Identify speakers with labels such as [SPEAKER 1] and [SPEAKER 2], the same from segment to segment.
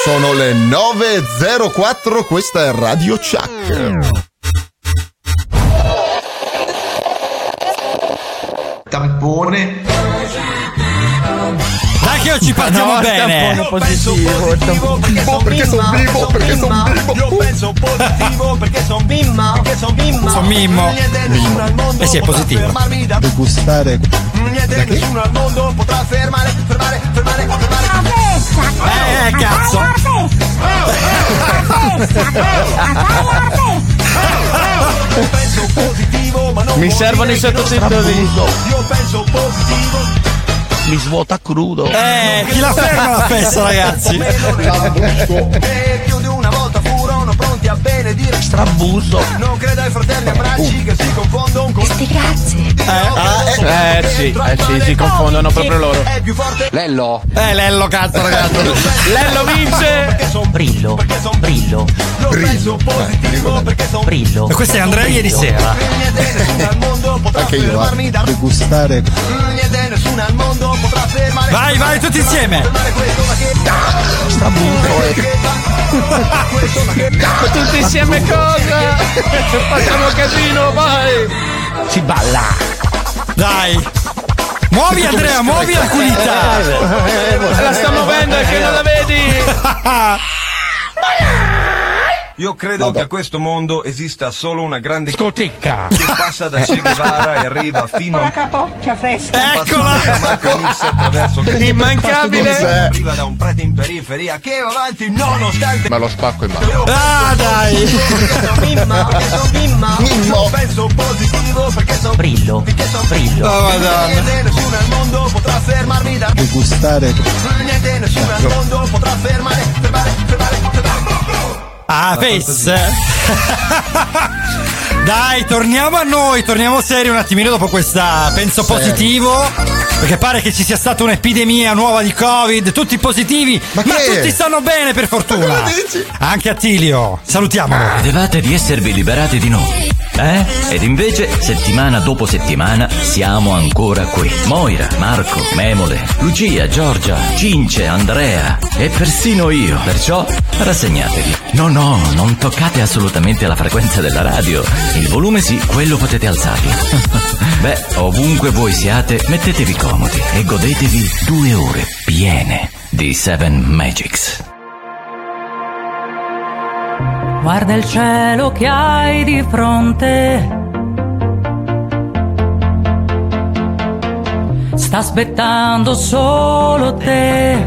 [SPEAKER 1] Sono le 9.04, questa è Radio Chuck.
[SPEAKER 2] Tampone.
[SPEAKER 3] Dai che oggi partiamo bene.
[SPEAKER 2] Io penso positivo perché sono vivo, perché sono vivo. Io penso positivo perché sono bimma,
[SPEAKER 3] Sono Mimmo. Eh sì, è positivo.
[SPEAKER 1] Degustare.
[SPEAKER 2] Niente nessuno al mondo potrà fermare.
[SPEAKER 3] Cazzo.
[SPEAKER 2] Io penso positivo, ma non
[SPEAKER 4] Mi servono i sottotitoli.
[SPEAKER 2] Io penso positivo.
[SPEAKER 4] Mi svuota crudo.
[SPEAKER 3] Chi la ferma la festa, ragazzi?
[SPEAKER 2] E più di una volta furono pronti a benedire.
[SPEAKER 4] Strabuso.
[SPEAKER 2] Non credo ai fratelli abbracci che si confondono con
[SPEAKER 5] Sti cazzi.
[SPEAKER 4] Sì, si confondono proprio loro.
[SPEAKER 2] È più forte.
[SPEAKER 4] Lello.
[SPEAKER 3] Lello, cazzo, ragazzi.
[SPEAKER 4] Lello vince.
[SPEAKER 2] Brillo. Io penso positivo perché sono
[SPEAKER 3] E questo è Andrea ieri sera.
[SPEAKER 2] Niente nessuno al mondo potrà
[SPEAKER 1] Anche io,
[SPEAKER 2] fermarmi da
[SPEAKER 1] degustare.
[SPEAKER 2] Niente nessuno al mondo potrà fermare.
[SPEAKER 3] Vai, tutti insieme.
[SPEAKER 2] Fermare questo ma che
[SPEAKER 4] Tutti insieme cosa? Facciamo casino, vai. Si balla.
[SPEAKER 3] Dai. Muovi Andrea, muovi la culita.
[SPEAKER 4] La sta muovendo, è che non la vedi.
[SPEAKER 6] Io credo che a questo mondo esista solo una grande
[SPEAKER 4] Discoteca.
[SPEAKER 6] che passa da Che Guevara e arriva fino a
[SPEAKER 5] Capoccia fresca.
[SPEAKER 3] Eccola.
[SPEAKER 6] attraverso
[SPEAKER 4] Immancabile.
[SPEAKER 6] arriva da un prete in periferia che va avanti nonostante
[SPEAKER 1] Ma lo spacco in mano.
[SPEAKER 3] Ah, dai.
[SPEAKER 2] Mimma. Io penso positivo perché sono
[SPEAKER 5] Brillo.
[SPEAKER 3] Oh, madonna.
[SPEAKER 2] Niente nessuno al mondo potrà fermarmi da
[SPEAKER 1] Degustare.
[SPEAKER 2] Niente nessuno al mondo potrà fermare.
[SPEAKER 3] Ah, face. Dai, torniamo a noi, torniamo seri un attimino dopo questa penso positivo. Perché pare che ci sia stata un'epidemia nuova di Covid, tutti positivi, ma tutti stanno bene per fortuna. Anche Attilio, salutiamolo.
[SPEAKER 7] Credevate di esservi liberati di noi, eh? Ed invece, settimana dopo settimana, siamo ancora qui. Moira, Marco, Memole, Lucia, Giorgia, Cince, Andrea e persino io. Perciò rassegnatevi. No, non toccate assolutamente la frequenza della radio. Il volume sì, quello potete alzarlo. Beh, ovunque voi siate, mettetevi comodi e godetevi 2 ore piene di 7 Magics.
[SPEAKER 5] Guarda il cielo che hai di fronte. Sta aspettando solo te.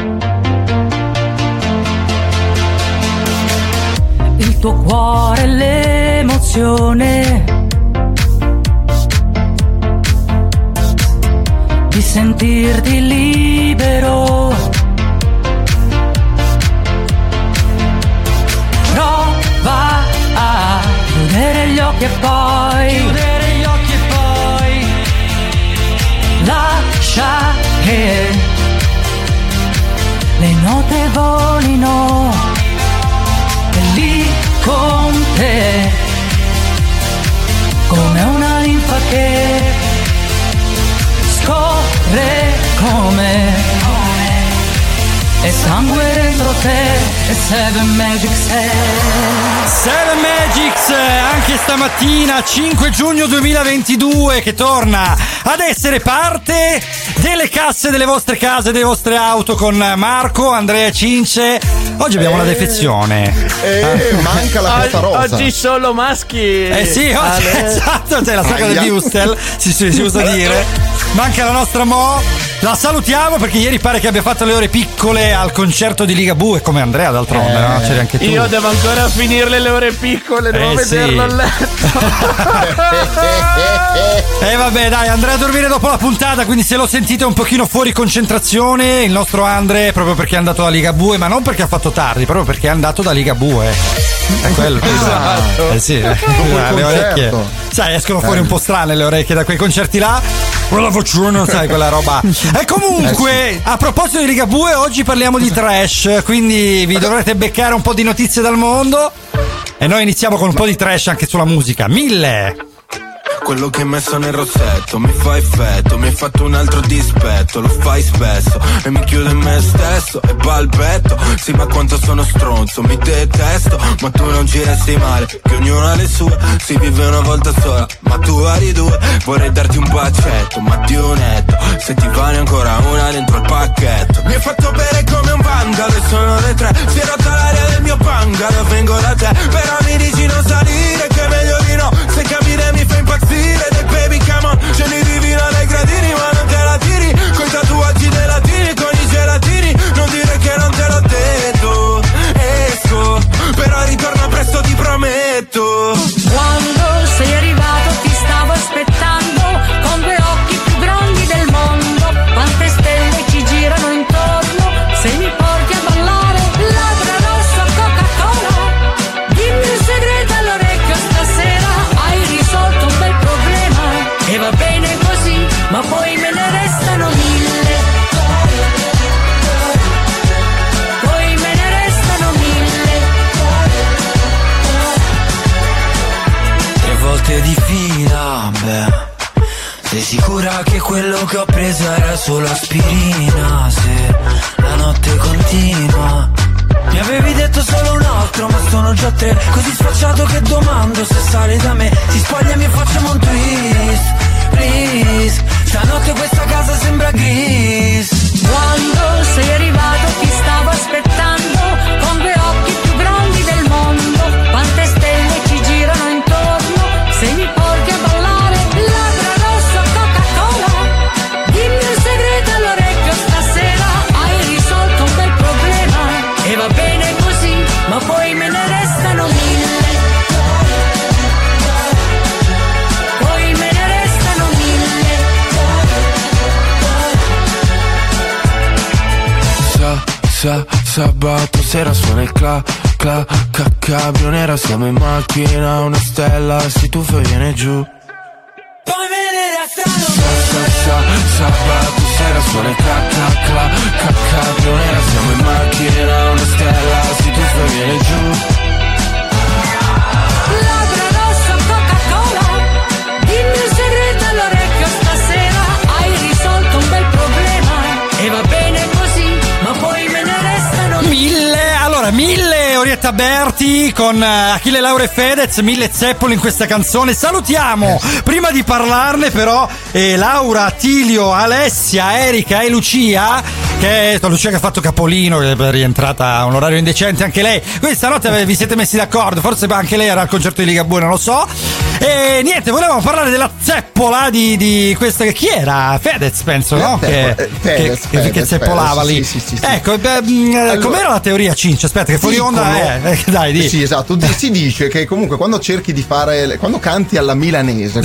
[SPEAKER 5] Il tuo cuore, l'emozione di sentirti libero. Prova a chiudere gli occhi e poi lascia che le note volino e lì con te come una linfa che scorre come e sangue dentro te e 7 Magics è
[SPEAKER 3] 7 Magics anche stamattina 5 giugno 2022 che torna ad essere parte delle casse delle vostre case, delle vostre auto con Marco, Andrea, Cince. Oggi abbiamo una defezione.
[SPEAKER 1] Manca la carta rosa.
[SPEAKER 4] Oggi solo maschi.
[SPEAKER 3] Sì, oggi esatto, c'è la saga del Wustel, si usa dire. Manca la nostra Mo. La salutiamo perché ieri pare che abbia fatto le ore piccole al concerto di Ligabue, come Andrea d'altronde, no? C'eri anche tu.
[SPEAKER 4] Io devo ancora finirle le ore piccole, devo vederlo a letto.
[SPEAKER 3] E vabbè, dai, andrà a dormire dopo la puntata, quindi se lo sentite un pochino fuori concentrazione, il nostro Andre, proprio perché è andato da Ligabue, ma non perché ha fatto tardi, proprio perché è andato da Ligabue. È quello.
[SPEAKER 4] Esatto.
[SPEAKER 3] Sì, le orecchie. Sai, escono fuori un po' strane le orecchie da quei concerti là. Quella vociona, sai, quella roba. E comunque, a proposito di Ligabue, oggi parliamo di trash, quindi vi dovrete beccare un po' di notizie dal mondo. E noi iniziamo con un po' di trash anche sulla musica. 1000.
[SPEAKER 8] quello che hai messo nel rossetto mi fa effetto, mi hai fatto un altro dispetto, lo fai spesso e mi chiudo in me stesso e balbetto. Sì, ma quanto sono stronzo, mi detesto, ma tu non ci resti male, che ognuno ha le sue, si vive una volta sola, ma tu hai due. Vorrei darti un bacetto, ma di un etto, se ti vale ancora una dentro il pacchetto. Mi hai fatto bere come un vandalo e sono le 3, si è rotta l'aria del mio bungalow, vengo da te, però mi dici non salire, che è meglio di no, se capire mi fa impazzire. Dei baby come on, scendi di vino dai gradini, ma non te la tiri, coi tatuaggi dei latini, con i gelatini, non dire che non te l'ho detto. Esco, però ritorno presto, ti prometto.
[SPEAKER 5] Quando sei arrivato ti stavo aspettando, con due occhi più grandi del mondo, quante stelle ci girano intorno, se mi porti a ballare, labbra rossa Coca-Cola, dimmi un segreto all'orecchio stasera, hai risolto un bel problema, e va bene così, ma poi me ne restano 1000. Poi me ne restano 1000.
[SPEAKER 8] 3 volte di fila, beh. Sei sicura che quello che ho preso era solo aspirina? Se la notte continua. Mi avevi detto solo un altro, ma sono già 3. Così sfacciato che domando se sale da me. Si spoglia e mi facciamo un twist, please. Stanotte questa casa sembra gris.
[SPEAKER 5] Quando sei arrivato ti stavo aspettando, con due occhi più grandi del mondo, quante stelle ci girano intorno, se mi porti a ballare, labbra rossa Coca-Cola, dimmi un segreto all'orecchio stasera, hai risolto un bel problema, e va bene così, ma poi me ne restano 1000. Poi me ne restano 1000.
[SPEAKER 8] Sabato sera suona il cabrio nera, siamo in macchina, una stella si tuffa e viene giù. Poi me ne restano sabato sera suona il cabrio nera, siamo in macchina, una stella si tuffa e viene giù.
[SPEAKER 5] Labbra rossa Coca-Cola, dimmi un segreto all'orecchio stasera, hai risolto un bel problema, e va bene così, ma poi me ne restano
[SPEAKER 3] 1000. Allora, 1000 Orietta Berti con Achille Lauro e Fedez, 1000 Zeppoli in questa canzone. Salutiamo, prima di parlarne però, Laura, Tilio, Alessia, Erika e Lucia, che ha fatto capolino, che è rientrata a un orario indecente anche lei. Quindi stanotte vi siete messi d'accordo, forse anche lei era al concerto di Ligabue, non lo so. E niente, volevamo parlare della zeppola di questa, che chi era? Fedez, penso, no? Che zeppolava lì. Sì. Ecco, allora, com'era la teoria, Cincio? Aspetta, che fuori onda dai, di.
[SPEAKER 1] Sì, esatto. Si dice che comunque quando cerchi di fare, quando canti alla milanese,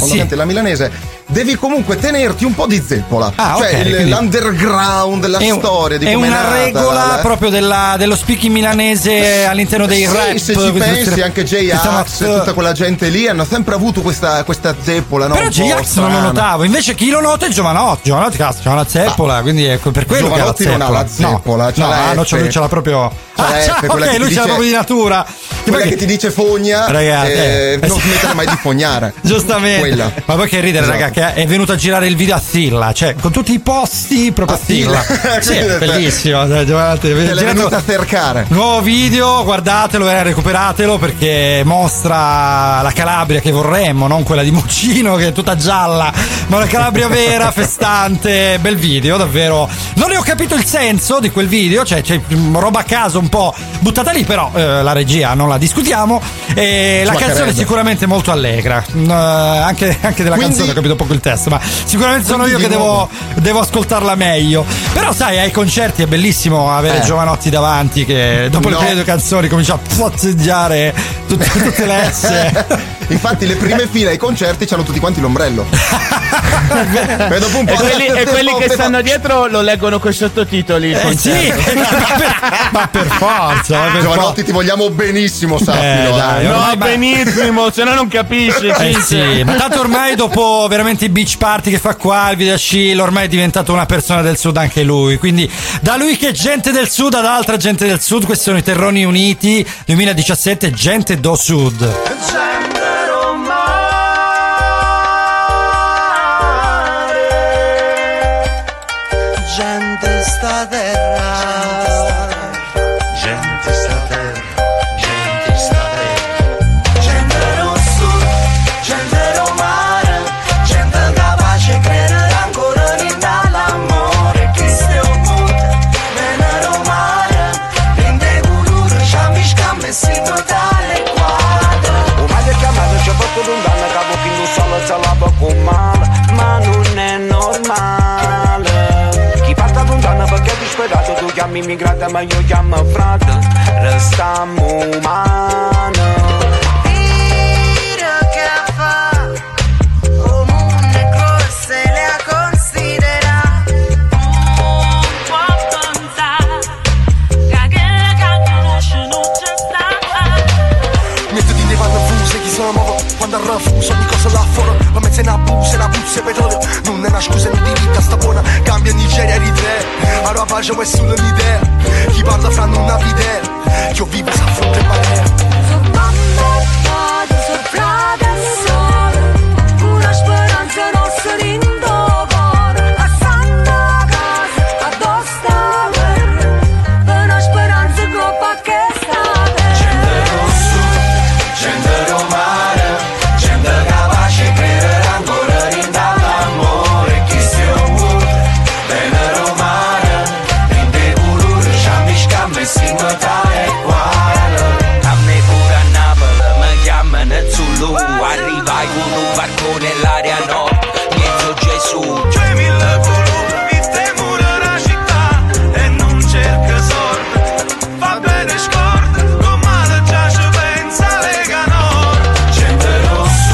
[SPEAKER 1] devi comunque tenerti un po' di zeppola.
[SPEAKER 3] Quindi
[SPEAKER 1] l'underground, la storia di come
[SPEAKER 3] è una regola proprio dello speaking milanese all'interno dei rap.
[SPEAKER 1] Se ci pensi, anche J-Ax e tutta quella gente lì hanno sempre avuto questa zeppola, no?
[SPEAKER 3] Però J-Ax non lo notavo, invece chi lo nota è Giovanotti, cazzo, c'ha una zeppola, quindi è per quello
[SPEAKER 1] Giovanotti
[SPEAKER 3] che
[SPEAKER 1] non ha la zeppola,
[SPEAKER 3] lui ce l'ha proprio. Ok, lui ce l'ha proprio di natura.
[SPEAKER 1] Quella che ti dice fogna, non smettere mai di fognare.
[SPEAKER 3] Giustamente.
[SPEAKER 1] Quella.
[SPEAKER 3] Ma poi che ridere, esatto. Raga, che è venuto a girare il video a Silla, cioè con tutti i posti proprio a Silla. Sì, bellissimo.
[SPEAKER 1] Te l'è venuto a cercare.
[SPEAKER 3] Nuovo video, guardatelo e recuperatelo, perché mostra la Calabria che vorremmo, non quella di Muccino che è tutta gialla, ma la Calabria vera, festante. Bel video, davvero. Non ne ho capito il senso di quel video, cioè c'è roba a caso un po' buttata lì, però la regia non la discutiamo, e la canzone è sicuramente molto allegra, anche della canzone ho capito poco il testo, ma sicuramente sono io che devo ascoltarla meglio. Però sai, ai concerti è bellissimo avere Giovanotti davanti che dopo le prime 2 canzoni comincia a fozzeggiare tutte le S.
[SPEAKER 1] Infatti le prime file ai concerti c'hanno tutti quanti l'ombrello.
[SPEAKER 4] E dopo un po' e quelli che stanno dietro lo leggono coi sottotitoli.
[SPEAKER 3] Sì, ma per forza.
[SPEAKER 1] Giovanotti, ti vogliamo benissimo, sappilo.
[SPEAKER 4] No, benissimo, se no non capisci.
[SPEAKER 3] Sì, ma tanto ormai dopo veramente i beach party che fa qua, il video Achille, ormai è diventato una persona del sud anche lui. Quindi da lui che è gente del sud ad altra gente del sud, questi sono i Terroni Uniti 2017, gente do sud.
[SPEAKER 2] sta terra. Gente sta terra, gente sta terra. Gente rosso, gente romana, gente capace credere ancora in dall'amore. Chi stiamo muta, nella romana, rende colore, ciambi scammessi totale quadra.
[SPEAKER 9] O mai chiamato c'è fatto lontano, capo che non solo c'è la poco male, ma non è normale. Chi parta lontano perché è disperato, tu chiami immigrata ma io chiamo frate, restiamo umani.
[SPEAKER 2] Dire che fa, comune corse le ha considerato.
[SPEAKER 5] Non può pensare che non c'è stata.
[SPEAKER 10] Metto di vanno fuse, chi sono nuovo, quando arrafuso ogni cosa là fuori. Ma mezzo in abuso, la puzza e petrolio. Non è una scusa né di vita sta buona. Cambia Nigeria di tre, allora facciamo è solo un'idea. Chi parla fra non ha idea, io vivo sa fronte e marea.
[SPEAKER 5] Sul mamma, sul frate e sole, una speranza nostra in cuore. A Santa Casa, addosso sta guerra, una speranza coppa che sta terra.
[SPEAKER 2] Gente rosso, gente romana, gente capace credere ancora in dall'amore. Chi stiamo muta, bene romana, rende colore, ciambi scammessi totale quadra.
[SPEAKER 9] A me pure a Napoli mi chiamano Zulu, arrivai con un barco nell'area nord, mezzo Gesù.
[SPEAKER 2] C'è mille colori, il temore della città e non cerca sorte. Va bene scorda, con male già ci pensa Lega Nord. Gente rosso,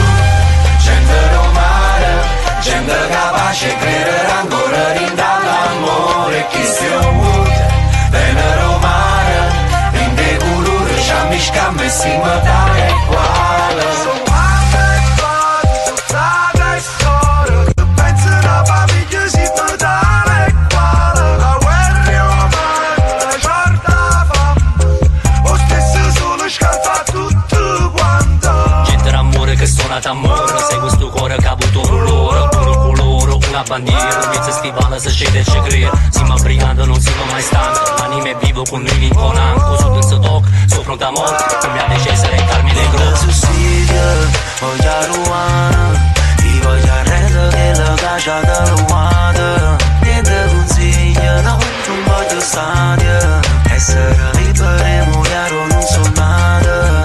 [SPEAKER 2] gente romana, gente capace credere ancora in dall'amore. Chi stiamo muta, bene romana, rende colore, ciambi scammessi totale quale. Sono guarda e foto, sono saga e storia, che penso la famiglia si totale quale. La guerra è umana, la giornata fame, lo stesso sole scalfa tutto quanto.
[SPEAKER 9] Gente d'amore che suona d'amore, sei questo cuore che ha avuto un loro, un colore, una bandiera, mezza stivale se scende e ci crea. Siamo brigando, non siamo mai stanchi, l'anima è vivo con noi vincolanco, su questo toc, sopra un d'amore, come a Cesare Carmine Grosso.
[SPEAKER 2] Sussidia, voglio ruana, ti voglio arredere che la caccia da ruata. Niente consiglia, no, non voglio stare, essere liberi, muoio non so nada.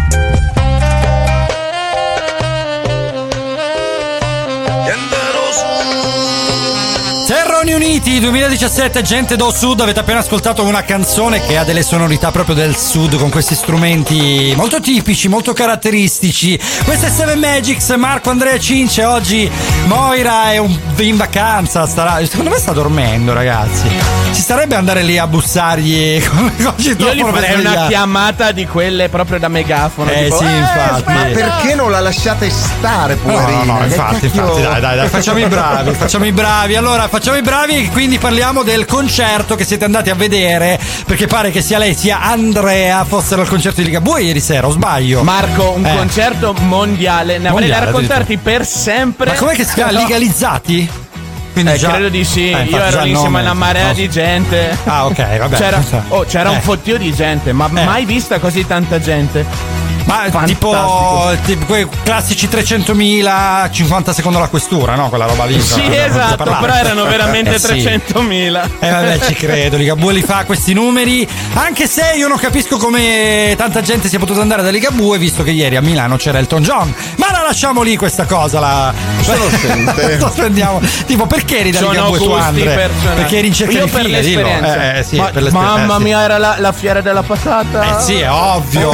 [SPEAKER 3] Terroni Uniti 2017, gente do Sud. Avete appena ascoltato una canzone che ha delle sonorità proprio del Sud, con questi strumenti molto tipici, molto caratteristici. Questa è Seven Magics, Marco, Andrea, Cince. Oggi Moira è in vacanza, secondo me sta dormendo, ragazzi. Ci starebbe andare lì a bussargli.
[SPEAKER 4] Io gli farei una chiamata di quelle proprio da megafono.
[SPEAKER 3] Sì, infatti.
[SPEAKER 1] Ma perché non la lasciate stare, poverina?
[SPEAKER 3] No, infatti, dai, facciamo i bravi. Allora, facciamo i bravi e quindi parliamo del concerto che siete andati a vedere, perché pare che sia lei sia Andrea fossero al concerto di Ligabue ieri sera, o sbaglio?
[SPEAKER 4] Marco, un concerto mondiale, ne avrei da raccontarti per sempre.
[SPEAKER 3] Ma com'è che si chiama? Legalizzati?
[SPEAKER 4] Credo di sì, io ero lì insieme a una marea di gente.
[SPEAKER 3] Ah, ok, vabbè.
[SPEAKER 4] C'era un fottio di gente, ma mai vista così tanta gente.
[SPEAKER 3] Ma tipo quei classici 300.000, 50 secondi la questura, no? Quella roba lì.
[SPEAKER 4] Sì, esatto, però erano veramente 300.000.
[SPEAKER 3] Vabbè, ci credo, Ligabue li fa questi numeri. Anche se io non capisco come tanta gente sia potuta andare da Ligabue, visto che ieri a Milano c'era Elton John. Ma la lasciamo lì questa cosa, sospendiamo. Tipo, perché eri da Ligabue tu, Andre? Perché eri in cerca di fighe, dillo. Sì, per l'esperienza.
[SPEAKER 4] Mamma mia, era la fiera della patata.
[SPEAKER 3] Sì, è ovvio.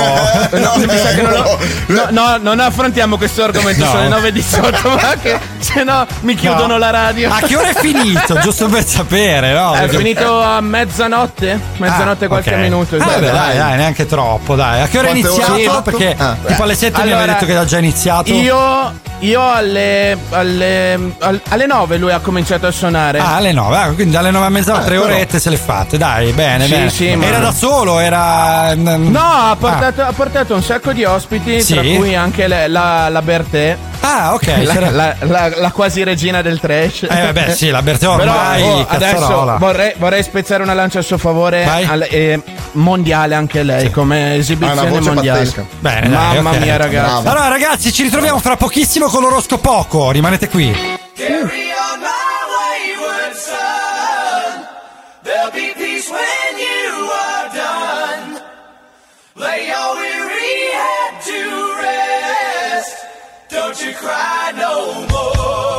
[SPEAKER 4] Non affrontiamo questo argomento, sono le 9:18, ma che se no mi chiudono la radio.
[SPEAKER 3] A che ora è finito? Giusto per sapere, no?
[SPEAKER 4] È finito a mezzanotte qualche minuto.
[SPEAKER 3] Dai, neanche troppo, dai. A che ora è iniziato? Perché tipo alle 7 mi aveva detto che era già iniziato.
[SPEAKER 4] Io alle 9 lui ha cominciato a suonare.
[SPEAKER 3] Alle 9, quindi dalle 9 a mezzanotte 3 orette se le fate. Dai, bene.
[SPEAKER 4] Sì,
[SPEAKER 3] era da solo? Era.
[SPEAKER 4] No, ha portato un sacco sacco di ospiti,
[SPEAKER 3] Sì.
[SPEAKER 4] tra cui anche la Bertè.
[SPEAKER 3] Ah, ok.
[SPEAKER 4] La quasi regina del trash.
[SPEAKER 3] Vabbè, sì, la Bertè ormai.
[SPEAKER 4] Però adesso vorrei spezzare una lancia a suo favore. Mondiale anche lei, come esibizione mondiale.
[SPEAKER 1] Pazzesca.
[SPEAKER 3] Bene,
[SPEAKER 4] mamma
[SPEAKER 3] dai, okay.
[SPEAKER 4] mia, ragazzi.
[SPEAKER 1] Bravo.
[SPEAKER 3] Allora, ragazzi, ci ritroviamo fra pochissimo con l'oroscopo. Rimanete qui.
[SPEAKER 2] Carry on my wayward son. There'll be peace when you are done. Lay your weary head to rest. Don't you cry no more.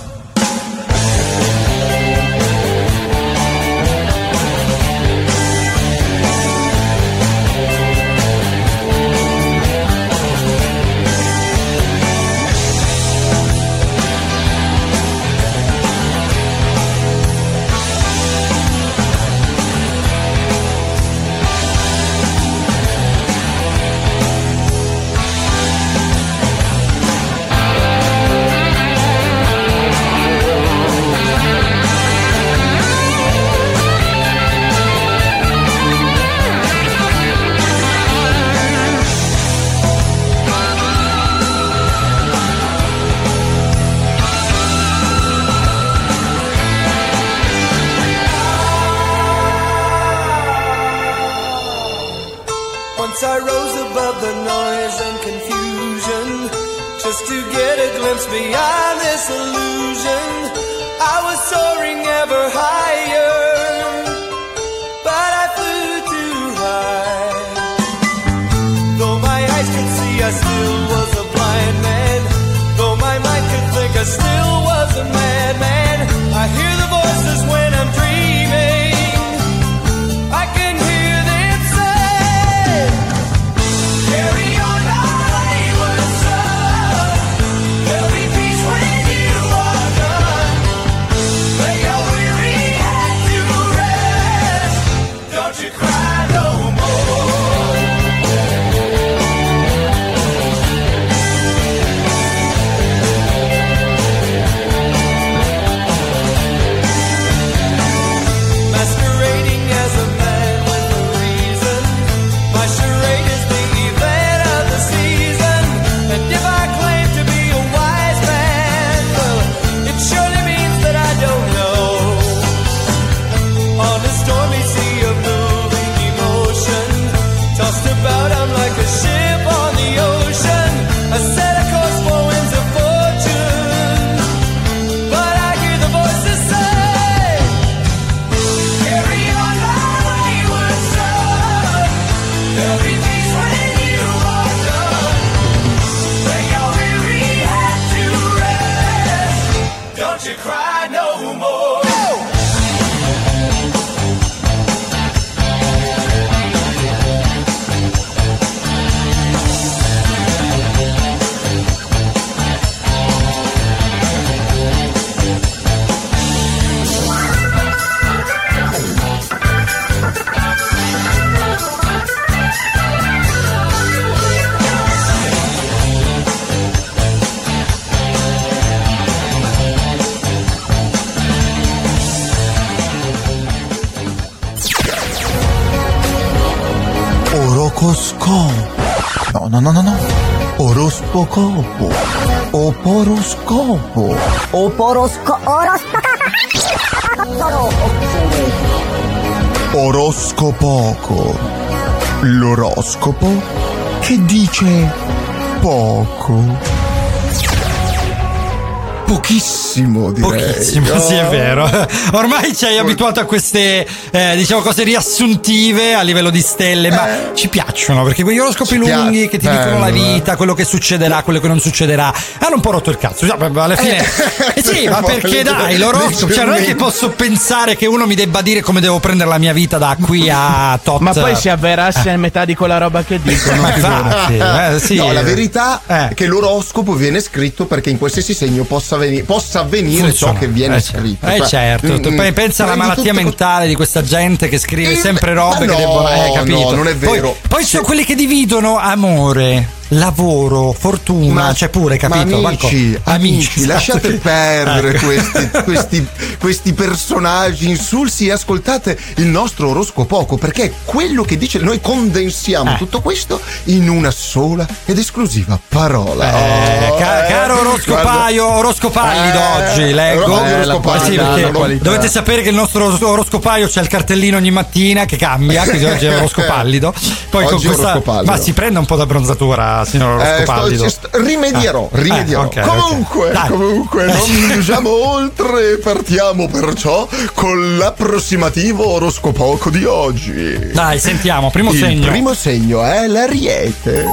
[SPEAKER 2] Once I rose above the noise and confusion, just to get a glimpse beyond this illusion. I was soaring ever higher, but I flew too high. Though my eyes could see, I still was a blind man. Though my mind could think, I still was a madman. I hear the voices when I'm dreaming. I can hear them say, carry on, wayward son. There'll be peace when you are done. Lay your weary head to rest. Don't you cry no more. Masquerading as a man with a reason. My charade is the event of the season. And if I claim to be a wise man, well, it surely means that I don't know. On a stormy sea of moving emotion, tossed about I'm like a ship on the ocean. I set a course for winds of fortune, but I hear the voices say, carry on, wayward son. There'll be peace when you are done. Lay your weary head to rest. Don't you cry no more.
[SPEAKER 1] Orocoscopo. No. Oroscopo. Oporoscopo. Oroscopoco. L'oroscopo che dice poco. Pochissimo, direi.
[SPEAKER 3] Pochissimo, sì, è vero. Ormai ci hai abituato a queste, diciamo, cose riassuntive a livello di stelle, ma ci piacciono perché quegli oroscopi lunghi che ti dicono la vita, quello che succederà, quello che non succederà, hanno un po' rotto il cazzo. Alla fine, sì, ma perché dai, l'oroscopo, cioè non è che posso pensare che uno mi debba dire come devo prendere la mia vita da qui a tot.
[SPEAKER 4] Ma poi si avverasse a metà di quella roba che dicono.
[SPEAKER 3] Ma infatti, sì.
[SPEAKER 1] No, la verità è che l'oroscopo viene scritto perché in qualsiasi segno possa avvenire ciò che viene scritto.
[SPEAKER 3] Certo, pensa alla malattia mentale di questa gente che scrive sempre robe che devono. Capito?
[SPEAKER 1] No, non è vero.
[SPEAKER 3] Poi ci sono quelli che dividono amore, lavoro, fortuna, c'è pure, capito?
[SPEAKER 1] Ma amici, lasciate perdere questi personaggi insulsi e ascoltate il nostro oroscopoco, perché è quello che dice. Noi condensiamo tutto questo in una sola ed esclusiva parola.
[SPEAKER 3] Caro oroscopallido, oggi leggo. Sì, perché dovete sapere che il nostro oroscopaio c'è il cartellino ogni mattina che cambia, quindi oggi è oroscopallido. Poi
[SPEAKER 1] oggi
[SPEAKER 3] con questa, ma si prenda un po' d'abbronzatura, signor oroscopallido.
[SPEAKER 1] Rimedierò.
[SPEAKER 3] Okay,
[SPEAKER 1] comunque non indugiamo oltre, partiamo perciò con l'approssimativo oroscopoco di oggi.
[SPEAKER 3] Dai, sentiamo, primo segno.
[SPEAKER 1] Il primo segno è l'Ariete.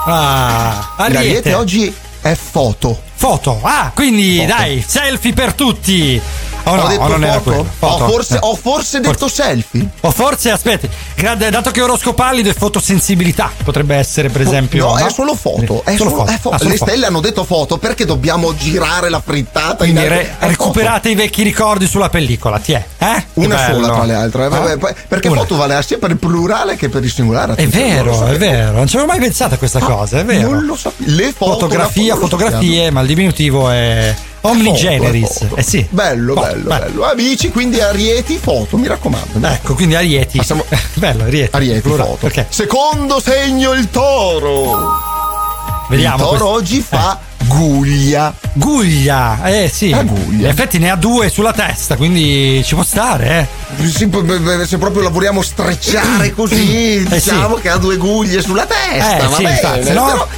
[SPEAKER 1] L'Ariete oggi è foto.
[SPEAKER 3] Quindi dai, selfie per tutti.
[SPEAKER 1] Ho detto foto? Ho forse detto selfie?
[SPEAKER 3] O forse, aspetti, dato che oroscopallido è fotosensibilità, potrebbe essere per esempio.
[SPEAKER 1] No, è solo foto. Le stelle hanno detto foto perché dobbiamo girare la frittata.
[SPEAKER 3] Quindi recuperate i vecchi ricordi sulla pellicola,
[SPEAKER 1] Una sola tra le altre. Perché foto vale sia per il plurale che per il singolare.
[SPEAKER 3] È vero. Non ci avevo mai pensato a questa cosa, è vero.
[SPEAKER 1] Non lo so. Le
[SPEAKER 3] fotografie, ma il diminutivo è omnigeneris. Sì.
[SPEAKER 1] Bello. Amici, quindi Arieti, foto, mi raccomando.
[SPEAKER 3] Ecco, quindi Arieti. Bello, Arieti,
[SPEAKER 1] foto.
[SPEAKER 3] Perché?
[SPEAKER 1] Secondo segno, il Toro.
[SPEAKER 3] Vediamo.
[SPEAKER 1] Il Toro oggi fa Guglia,
[SPEAKER 3] sì. In effetti ne ha 2 sulla testa, quindi ci può stare,
[SPEAKER 1] Sì, se proprio la vogliamo strecciare così, diciamo che ha 2 guglie sulla testa. Va bene,
[SPEAKER 3] infatti,
[SPEAKER 1] no?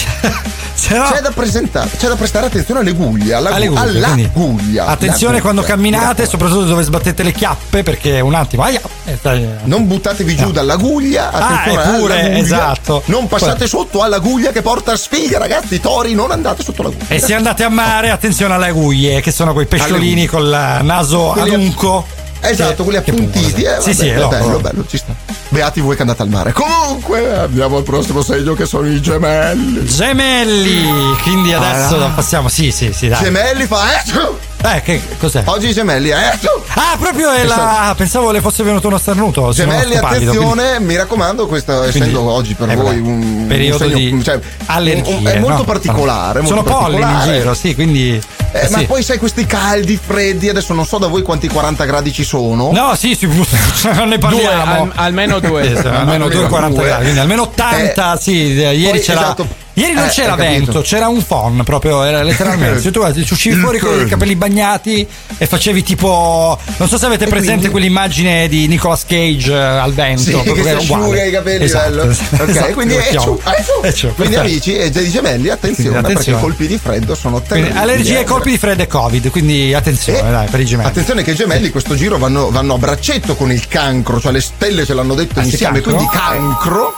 [SPEAKER 1] C'è da prestare attenzione alle guglie, alla guglia.
[SPEAKER 3] Attenzione quando camminate, soprattutto dove sbattete le chiappe, perché un attimo.
[SPEAKER 1] Non buttatevi giù dalla guglia, attenzione alla guglia.
[SPEAKER 3] Esatto.
[SPEAKER 1] Non passate sotto alla guglia che porta sfiga, ragazzi, tori, non andate sotto la guglia.
[SPEAKER 3] E se andate a mare, attenzione alle guglie, che sono quei pesciolini col naso adunco.
[SPEAKER 1] Esatto, quelli appuntiti. Bello, ci sta. Beati voi che andate al mare. Comunque, andiamo al prossimo segno, che sono i Gemelli.
[SPEAKER 3] Quindi adesso passiamo. Sì, dai.
[SPEAKER 1] Gemelli fa.
[SPEAKER 3] Che cos'è?
[SPEAKER 1] Oggi i Gemelli.
[SPEAKER 3] Proprio è pensavo le fosse venuto uno starnuto.
[SPEAKER 1] Gemelli, attenzione, mi raccomando, questo essendo oggi per voi un
[SPEAKER 3] periodo di allergie.
[SPEAKER 1] È molto particolare.
[SPEAKER 3] Sono pollini in giro, sì, quindi.
[SPEAKER 1] Ma poi sai, questi caldi, freddi, adesso non so da voi quanti 40 gradi ci sono.
[SPEAKER 3] No, sì, non ne parliamo.
[SPEAKER 4] Almeno 2.
[SPEAKER 3] Almeno 2 40 gradi, quindi almeno 80, ieri c'era.
[SPEAKER 1] Esatto.
[SPEAKER 3] Ieri non c'era vento, c'era un phon, proprio, era letteralmente. Se tu uscivi fuori con i capelli bagnati e facevi tipo. Non so se avete presente quell'immagine di Nicolas Cage al vento.
[SPEAKER 1] Sì, che si asciuga i capelli, bello. Ok, quindi quindi amici e di Gemelli, attenzione, perché i colpi di freddo sono terribili.
[SPEAKER 3] Allergie, colpi di freddo e Covid, quindi attenzione, dai, per i Gemelli.
[SPEAKER 1] Attenzione che i Gemelli questo giro vanno a braccetto con il cancro, cioè le stelle ce l'hanno detto insieme, quindi cancro,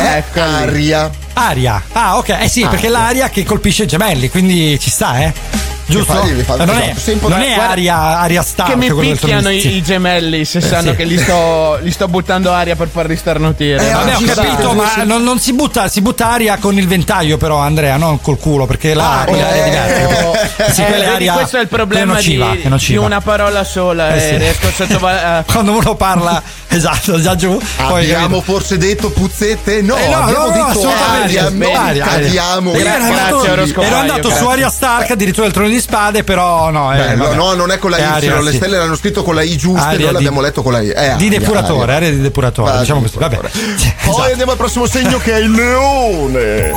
[SPEAKER 1] aria.
[SPEAKER 3] Ok, sì, perché è l'aria che colpisce i Gemelli, quindi ci sta, giusto? Non è aria Stark.
[SPEAKER 4] Che mi picchiano i Gemelli se sanno che li sto buttando aria per farli starnutire.
[SPEAKER 3] Vabbè, ho capito, ma non si butta aria con il ventaglio, però, Andrea, non col culo, perché l'aria è diversa.
[SPEAKER 4] Questo è il problema di una parola sola. Riesco
[SPEAKER 3] quando uno parla, esatto, già giù.
[SPEAKER 1] Abbiamo forse detto puzzette? No, abbiamo detto aria. Cadiamo.
[SPEAKER 3] Ero andato su Aria Stark, addirittura il Trono di Spade, però no.
[SPEAKER 1] No, non è con la Y, le stelle l'hanno scritto con la I giusta e noi l'abbiamo letto con la I.
[SPEAKER 3] Di depuratore, area di depuratore, diciamo così. Vabbè.
[SPEAKER 1] Poi andiamo al prossimo segno, che è il Leone.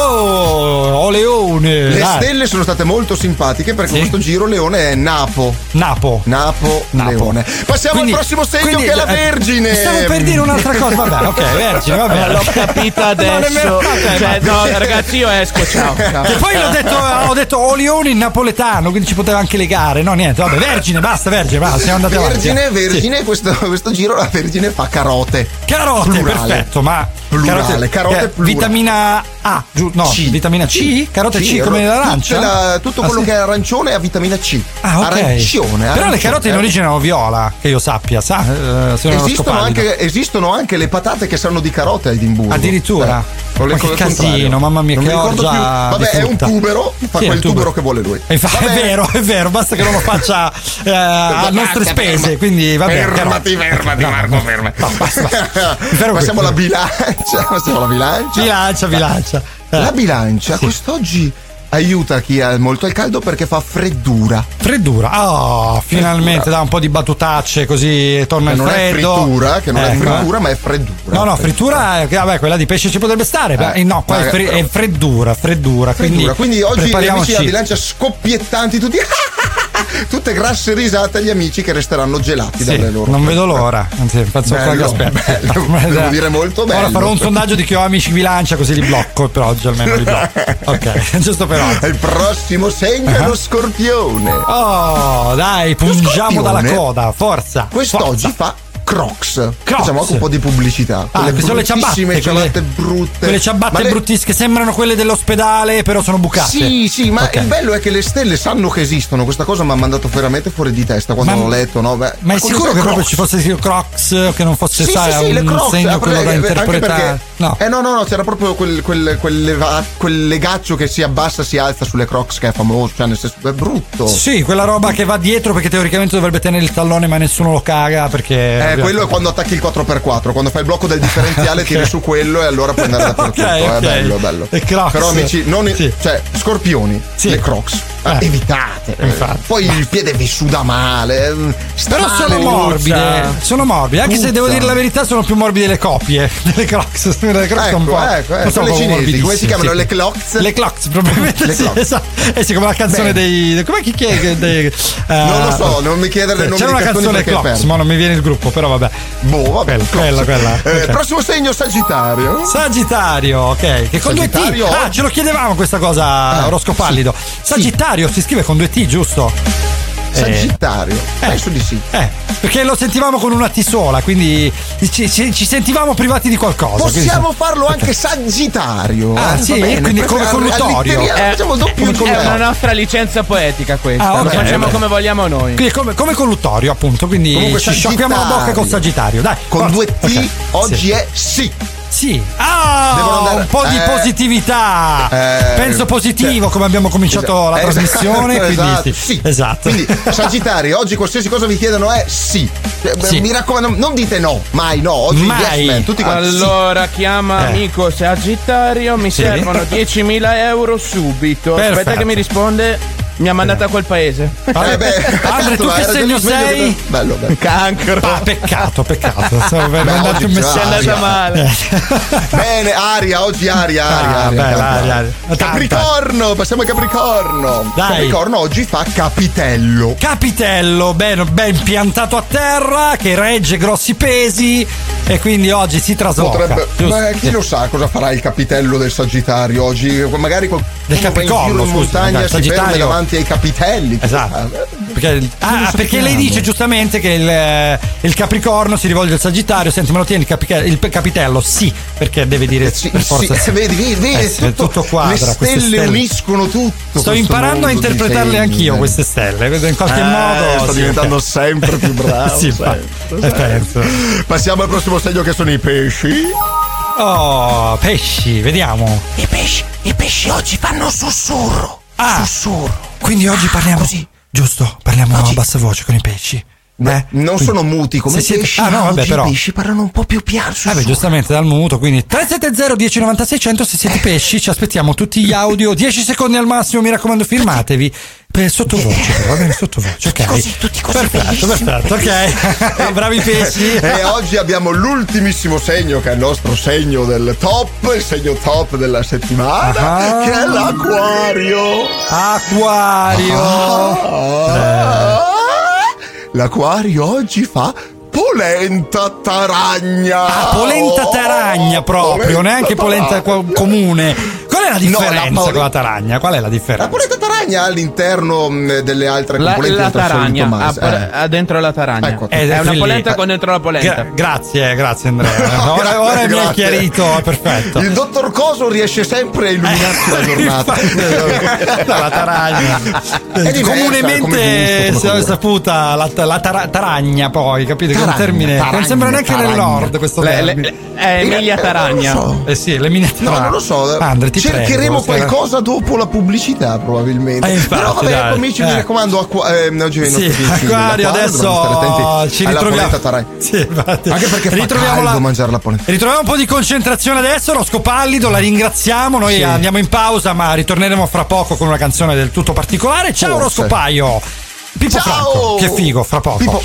[SPEAKER 3] Leone.
[SPEAKER 1] Le stelle sono state molto simpatiche, perché questo giro Leone è Napo, Leone. Passiamo al prossimo segno, che è la Vergine.
[SPEAKER 3] Stavo per dire un'altra cosa, vabbè, ok, Vergine, vabbè.
[SPEAKER 4] L'ho capita adesso. No, ragazzi, io esco, ciao.
[SPEAKER 3] Che poi ho detto Leone in napoletano, quindi ci poteva anche legare. No, niente, vabbè, Vergine, basta, siamo andati avanti.
[SPEAKER 1] Vergine, questo giro la Vergine fa carote.
[SPEAKER 3] Plurale. Perfetto, ma
[SPEAKER 1] carote plurale.
[SPEAKER 3] Vitamina A, vitamina C? Carote C come l'arancia?
[SPEAKER 1] Tutto quello che è arancione ha vitamina C.
[SPEAKER 3] Arancione. Però le carote in origine erano viola, che io sappia,
[SPEAKER 1] esistono anche le patate che sanno di carote a Edimburgo.
[SPEAKER 3] Addirittura. Ma che casino, mamma mia, che ho già.
[SPEAKER 1] Vabbè, è un tubero, fa quel tubero che vuole lui.
[SPEAKER 3] È vero, basta che non lo faccia a nostre spese, quindi va bene.
[SPEAKER 1] Fermati, Marco, ferma. Passiamo alla bilancia.
[SPEAKER 3] Bilancia.
[SPEAKER 1] La bilancia quest'oggi aiuta chi ha molto il caldo perché fa freddura.
[SPEAKER 3] Finalmente dà un po' di battutacce così torna il
[SPEAKER 1] non
[SPEAKER 3] freddo.
[SPEAKER 1] È frittura, che non è frittura, ma è freddura.
[SPEAKER 3] No, frittura, vabbè, quella di pesce ci potrebbe stare. No, qua è freddura.
[SPEAKER 1] Quindi oggi gli amici
[SPEAKER 3] Prepariamoci.
[SPEAKER 1] di Lancia scoppiettanti tutti. Tutte grasse risate agli amici che resteranno gelati dalle loro.
[SPEAKER 3] Non vedo l'ora, anzi, penso che aspetta.
[SPEAKER 1] Devo dire molto bello.
[SPEAKER 3] Ora farò un sondaggio di chi ho amici di Lancia, così li blocco per oggi, almeno li blocco. Ok, giusto per oggi.
[SPEAKER 1] Il prossimo segno è lo Scorpione.
[SPEAKER 3] Oh, dai, pungiamo dalla coda, forza.
[SPEAKER 1] Quest'oggi fa Crocs. Facciamo anche un po' di pubblicità.
[SPEAKER 3] Quelle sono le ciabatte
[SPEAKER 1] brutte.
[SPEAKER 3] Quelle ciabatte bruttissime che sembrano quelle dell'ospedale, però sono bucate.
[SPEAKER 1] Sì, ma il bello è che le stelle sanno che esistono. Questa cosa mi ha mandato veramente fuori di testa quando l'ho letto, no? Ma
[SPEAKER 3] è sicuro che proprio ci fosse Crocs, che non fosse
[SPEAKER 1] sì, le
[SPEAKER 3] un
[SPEAKER 1] Crocs,
[SPEAKER 3] segno quello da interpretare?
[SPEAKER 1] No, c'era proprio quel legaccio che si abbassa, si alza sulle Crocs, che è famoso, cioè nel senso è brutto.
[SPEAKER 3] Sì, quella roba che va dietro perché teoricamente dovrebbe tenere il tallone, ma nessuno lo caga perché.
[SPEAKER 1] Quello è quando attacchi il 4x4, quando fai il blocco del differenziale tiri su quello e allora puoi andare dappertutto. È bello.
[SPEAKER 3] E Crocs.
[SPEAKER 1] Però amici, cioè Scorpioni, le Crocs, evitate. Poi il piede vi suda male.
[SPEAKER 3] Però sono morbide, anche se devo dire la verità, sono più morbide le copie delle Crocs. Le Crocs un po'.
[SPEAKER 1] Quelle cinesi, come si chiamano? Le Clocs?
[SPEAKER 3] Le Clocs, probabilmente. Esatto. Sì, come la canzone dei. Com'è chi è?
[SPEAKER 1] Non lo so, non mi chiedere il nome.
[SPEAKER 3] C'era una canzone Clocs, ma non mi viene il gruppo, però vabbè.
[SPEAKER 1] Vabbè.
[SPEAKER 3] Quella. Okay.
[SPEAKER 1] Prossimo segno Sagittario,
[SPEAKER 3] ok. Che con
[SPEAKER 1] Sagittario
[SPEAKER 3] 2T. Ce lo chiedevamo questa cosa, oroscopo pallido. Sagittario si scrive con 2T, giusto?
[SPEAKER 1] Sagittario, penso di sì.
[SPEAKER 3] Perché lo sentivamo con una T sola, quindi ci sentivamo privati di qualcosa.
[SPEAKER 1] Possiamo farlo anche Sagittario.
[SPEAKER 3] Quindi come collutorio.
[SPEAKER 1] Facciamo doppio
[SPEAKER 4] è una nostra licenza poetica questa. Lo facciamo come vogliamo noi.
[SPEAKER 3] Quindi come collutorio, appunto. Quindi
[SPEAKER 1] comunque
[SPEAKER 3] ci sciocchiamo la bocca con Sagittario. Dai,
[SPEAKER 1] con 2T oggi è sì.
[SPEAKER 3] Sì, un po' di positività. Penso positivo, come abbiamo cominciato la trasmissione. Quindi
[SPEAKER 1] sì.
[SPEAKER 3] Esatto.
[SPEAKER 1] Quindi Sagittario, oggi qualsiasi cosa vi chiedono è sì. Mi raccomando, non dite no, mai no. Oggi
[SPEAKER 3] mai.
[SPEAKER 1] Yes man, tutti
[SPEAKER 4] allora chiama amico Sagittario, mi servono 10.000 euro subito.
[SPEAKER 3] Perfetto.
[SPEAKER 4] Aspetta che mi risponde. Mi ha mandato a quel paese.
[SPEAKER 3] Andre, tu che segno sei?
[SPEAKER 1] Bello.
[SPEAKER 4] Cancro.
[SPEAKER 3] Peccato.
[SPEAKER 1] Sei
[SPEAKER 3] andata
[SPEAKER 4] male.
[SPEAKER 1] Bene, Aria, oggi Aria. Capricorno, passiamo a Capricorno.
[SPEAKER 3] Dai.
[SPEAKER 1] Capricorno oggi fa Capitello,
[SPEAKER 3] ben piantato a terra, che regge grossi pesi e quindi oggi si trasloca.
[SPEAKER 1] Ma chi lo sa cosa farà il Capitello del Sagittario oggi? Magari
[SPEAKER 3] del Capricorno,
[SPEAKER 1] in montagna si ferma davanti ai capitelli.
[SPEAKER 3] Esatto. Perché lei dice giustamente che il Capricorno si rivolge al Sagittario. Senti, me lo tieni il capitello? Sì, perché deve dire per forza.
[SPEAKER 1] Sì. Vedi
[SPEAKER 3] tutto quadra.
[SPEAKER 1] Le stelle uniscono tutto.
[SPEAKER 3] Sto imparando a interpretarle anch'io queste stelle. In qualche modo
[SPEAKER 1] sto diventando sempre più bravo.
[SPEAKER 3] Penso.
[SPEAKER 1] Passiamo al prossimo segno, che sono i pesci.
[SPEAKER 3] Oh, pesci, vediamo.
[SPEAKER 1] I pesci oggi fanno sussurro. Sussurro.
[SPEAKER 3] Quindi oggi parliamo così, giusto? Parliamo a bassa voce con i pesci.
[SPEAKER 1] Non sono muti come i pesci.
[SPEAKER 3] Però
[SPEAKER 1] i pesci parlano un po' più piano.
[SPEAKER 3] Giustamente dal muto. Quindi 370 1096 100 se siete pesci. Ci aspettiamo tutti gli audio, 10 secondi al massimo, mi raccomando, firmatevi. Sottovoce, però, va bene, sottovoce, ok.
[SPEAKER 1] Tutti così.
[SPEAKER 3] Perfetto, ok. Bravi pesci.
[SPEAKER 1] E oggi abbiamo l'ultimissimo segno, che è il nostro segno del top, il segno top della settimana, che è l'Acquario. L'Acquario oggi fa polenta taragna.
[SPEAKER 3] Polenta taragna proprio, neanche polenta comune. Qual è la differenza con la taragna? Qual è la differenza?
[SPEAKER 1] La polenta taragna all'interno delle altre componenti.
[SPEAKER 4] La taragna ha dentro la taragna.
[SPEAKER 1] Ecco,
[SPEAKER 4] è una polenta con dentro la polenta.
[SPEAKER 3] Grazie Andrea. Ora mi hai chiarito, perfetto.
[SPEAKER 1] Il dottor Coso riesce sempre a illuminarci la giornata.
[SPEAKER 3] La taragna. Comunemente si è saputa la taragna, poi, capite? Che è un termine. Non sembra neanche nel nord questo termine.
[SPEAKER 4] È Emilia Taragna.
[SPEAKER 3] Sì, l'Emilia Taragna.
[SPEAKER 1] No, non lo so.
[SPEAKER 3] Andre, ti
[SPEAKER 1] cercheremo
[SPEAKER 3] prego,
[SPEAKER 1] qualcosa dopo la pubblicità, probabilmente. ovviamente. Però vabbè, amici, mi raccomando,
[SPEAKER 3] Acquario, adesso ci ritroviamo.
[SPEAKER 1] Sì, anche perché fa caldo mangiare la polenta.
[SPEAKER 3] Ritroviamo un po' di concentrazione adesso. Rosco Pallido, la ringraziamo. Noi andiamo in pausa, ma ritorneremo fra poco con una canzone del tutto particolare. Ciao Rosco Paio. Pippo Franco, che figo, fra poco.
[SPEAKER 11] Pippo.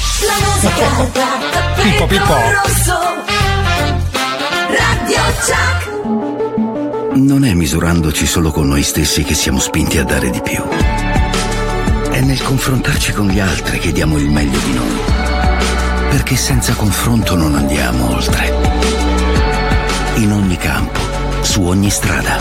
[SPEAKER 11] Radio Chuck.
[SPEAKER 12] Non è misurandoci solo con noi stessi che siamo spinti a dare di più. È nel confrontarci con gli altri che diamo il meglio di noi. Perché senza confronto non andiamo oltre. In ogni campo, su ogni strada.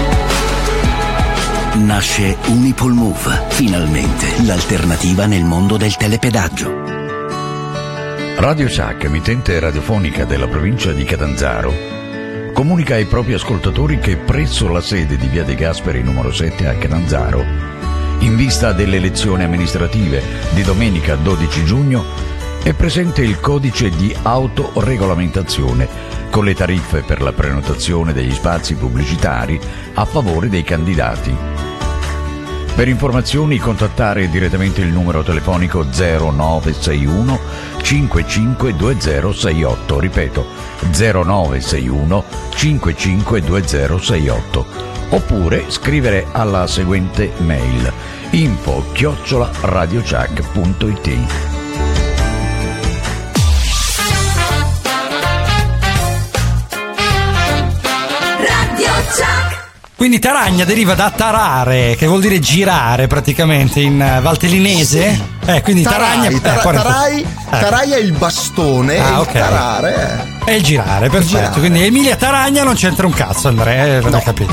[SPEAKER 12] Nasce Unipol Move, finalmente l'alternativa nel mondo del telepedaggio.
[SPEAKER 13] Radio Chuck, emittente radiofonica della provincia di Catanzaro, comunica ai propri ascoltatori che presso la sede di Via De Gasperi numero 7 a Catanzaro, in vista delle elezioni amministrative di domenica 12 giugno, è presente il codice di autoregolamentazione con le tariffe per la prenotazione degli spazi pubblicitari a favore dei candidati. Per informazioni contattare direttamente il numero telefonico 0961 552068, ripeto 0961 552068, oppure scrivere alla seguente mail info@radiochuck.it.
[SPEAKER 11] Radio Chuck.
[SPEAKER 3] Quindi taragna deriva da tarare, che vuol dire girare praticamente in valtellinese. Quindi taragna.
[SPEAKER 1] Tarai è il bastone, il tarare
[SPEAKER 3] è il girare, perfetto. Quindi Emilia Taragna non c'entra un cazzo, Andrea, non ho capito.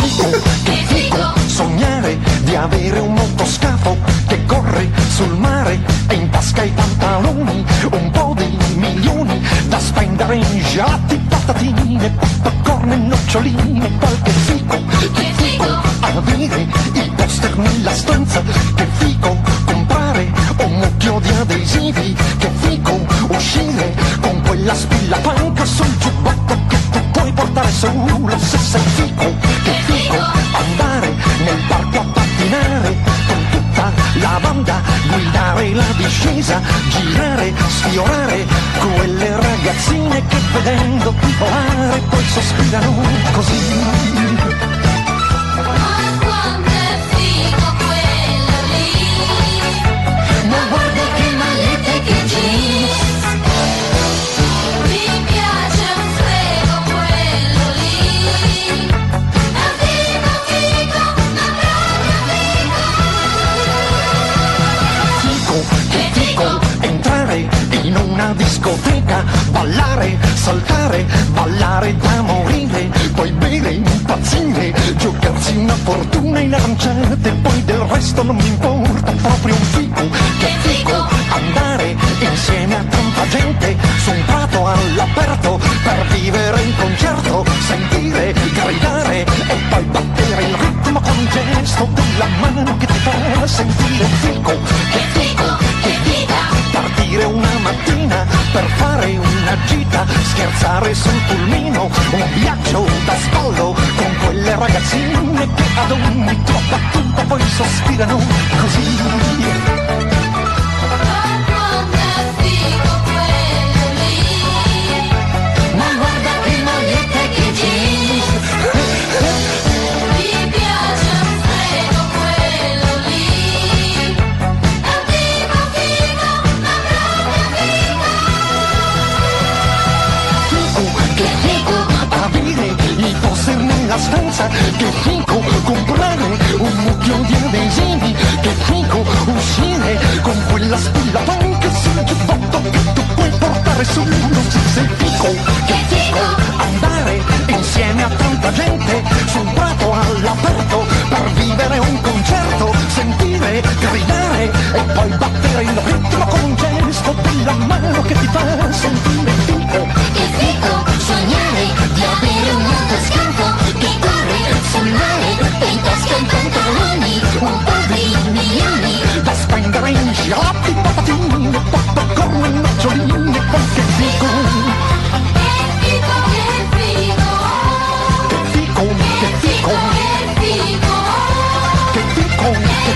[SPEAKER 10] Sognare di avere un motoscafo che corre sul mare e in tasca i pantaloni, un po' di milioni da spendere in gelati, patatine, popcorn e noccioline, qualche fico, che fico, avere il poster nella stanza, che fico, comprare un mucchio di adesivi, che fico, uscire con quella spilla panca sul giubbotto che tu puoi portare solo se sei fico, che fico, andare nel parco a pattinare con tutta la banda, guidare la discesa, girare, sfiorare quelle ragazzine che vedendo volare poi sospirano così. Discoteca, ballare, saltare, ballare da morire, poi bere, impazzire, giocarsi una fortuna in aranciate, poi del resto non mi importa, proprio un fico, che fico, andare insieme a tanta gente su un prato all'aperto per vivere in concerto, sentire, gridare e poi battere il ritmo con un gesto della mano che ti fa sentire fico, che fico, che fica, partire una mattina per fare una gita, scherzare sul pulmino, un viaggio da stallo con quelle ragazzine che ad ogni tua battuta poi sospirano così. La stanza, che fico, comprare un mucchio di adesivi, che fico, uscire con quella spilla panca sul giubbotto che tu puoi portare su uno se sei fico, che fico, andare insieme a tanta gente su un prato all'aperto per vivere un concerto, sentire, gridare e poi battere il ritmo con un gesto della mano che ti fa sentire fico, che fico, sognare di avere un motoscafo che corre sul mare e in tasca i pantaloni, un po' di milioni da spendere in gelati, patatine, popcorn e noccioline, qualche fico. Che fico, che fico, che fico, che fico, che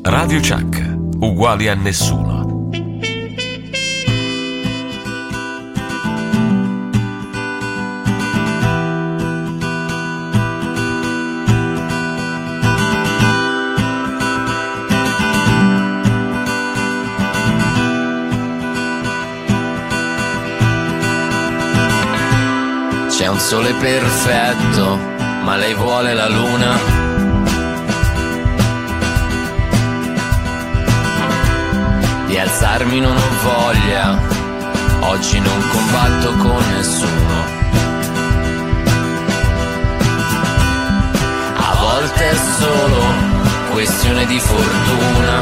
[SPEAKER 14] Radio Chuck, uguali a nessuno.
[SPEAKER 15] C'è un sole perfetto, ma lei vuole la luna. Di alzarmi non ho voglia, oggi non combatto con nessuno. A volte è solo questione di fortuna,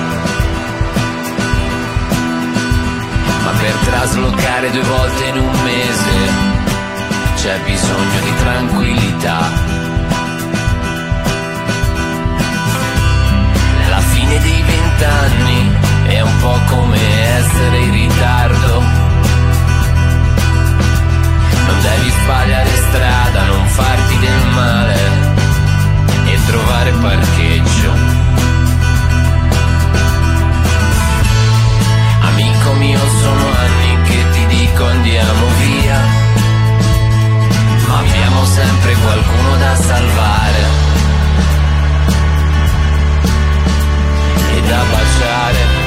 [SPEAKER 15] ma per traslocare 2 volte in un mese c'è bisogno di tranquillità. La fine dei 20 anni è un po' come essere in ritardo. Non devi sbagliare strada, non farti del male e trovare parcheggio. Amico mio, sono anni che ti dico andiamo via, ma abbiamo sempre qualcuno da salvare e da baciare.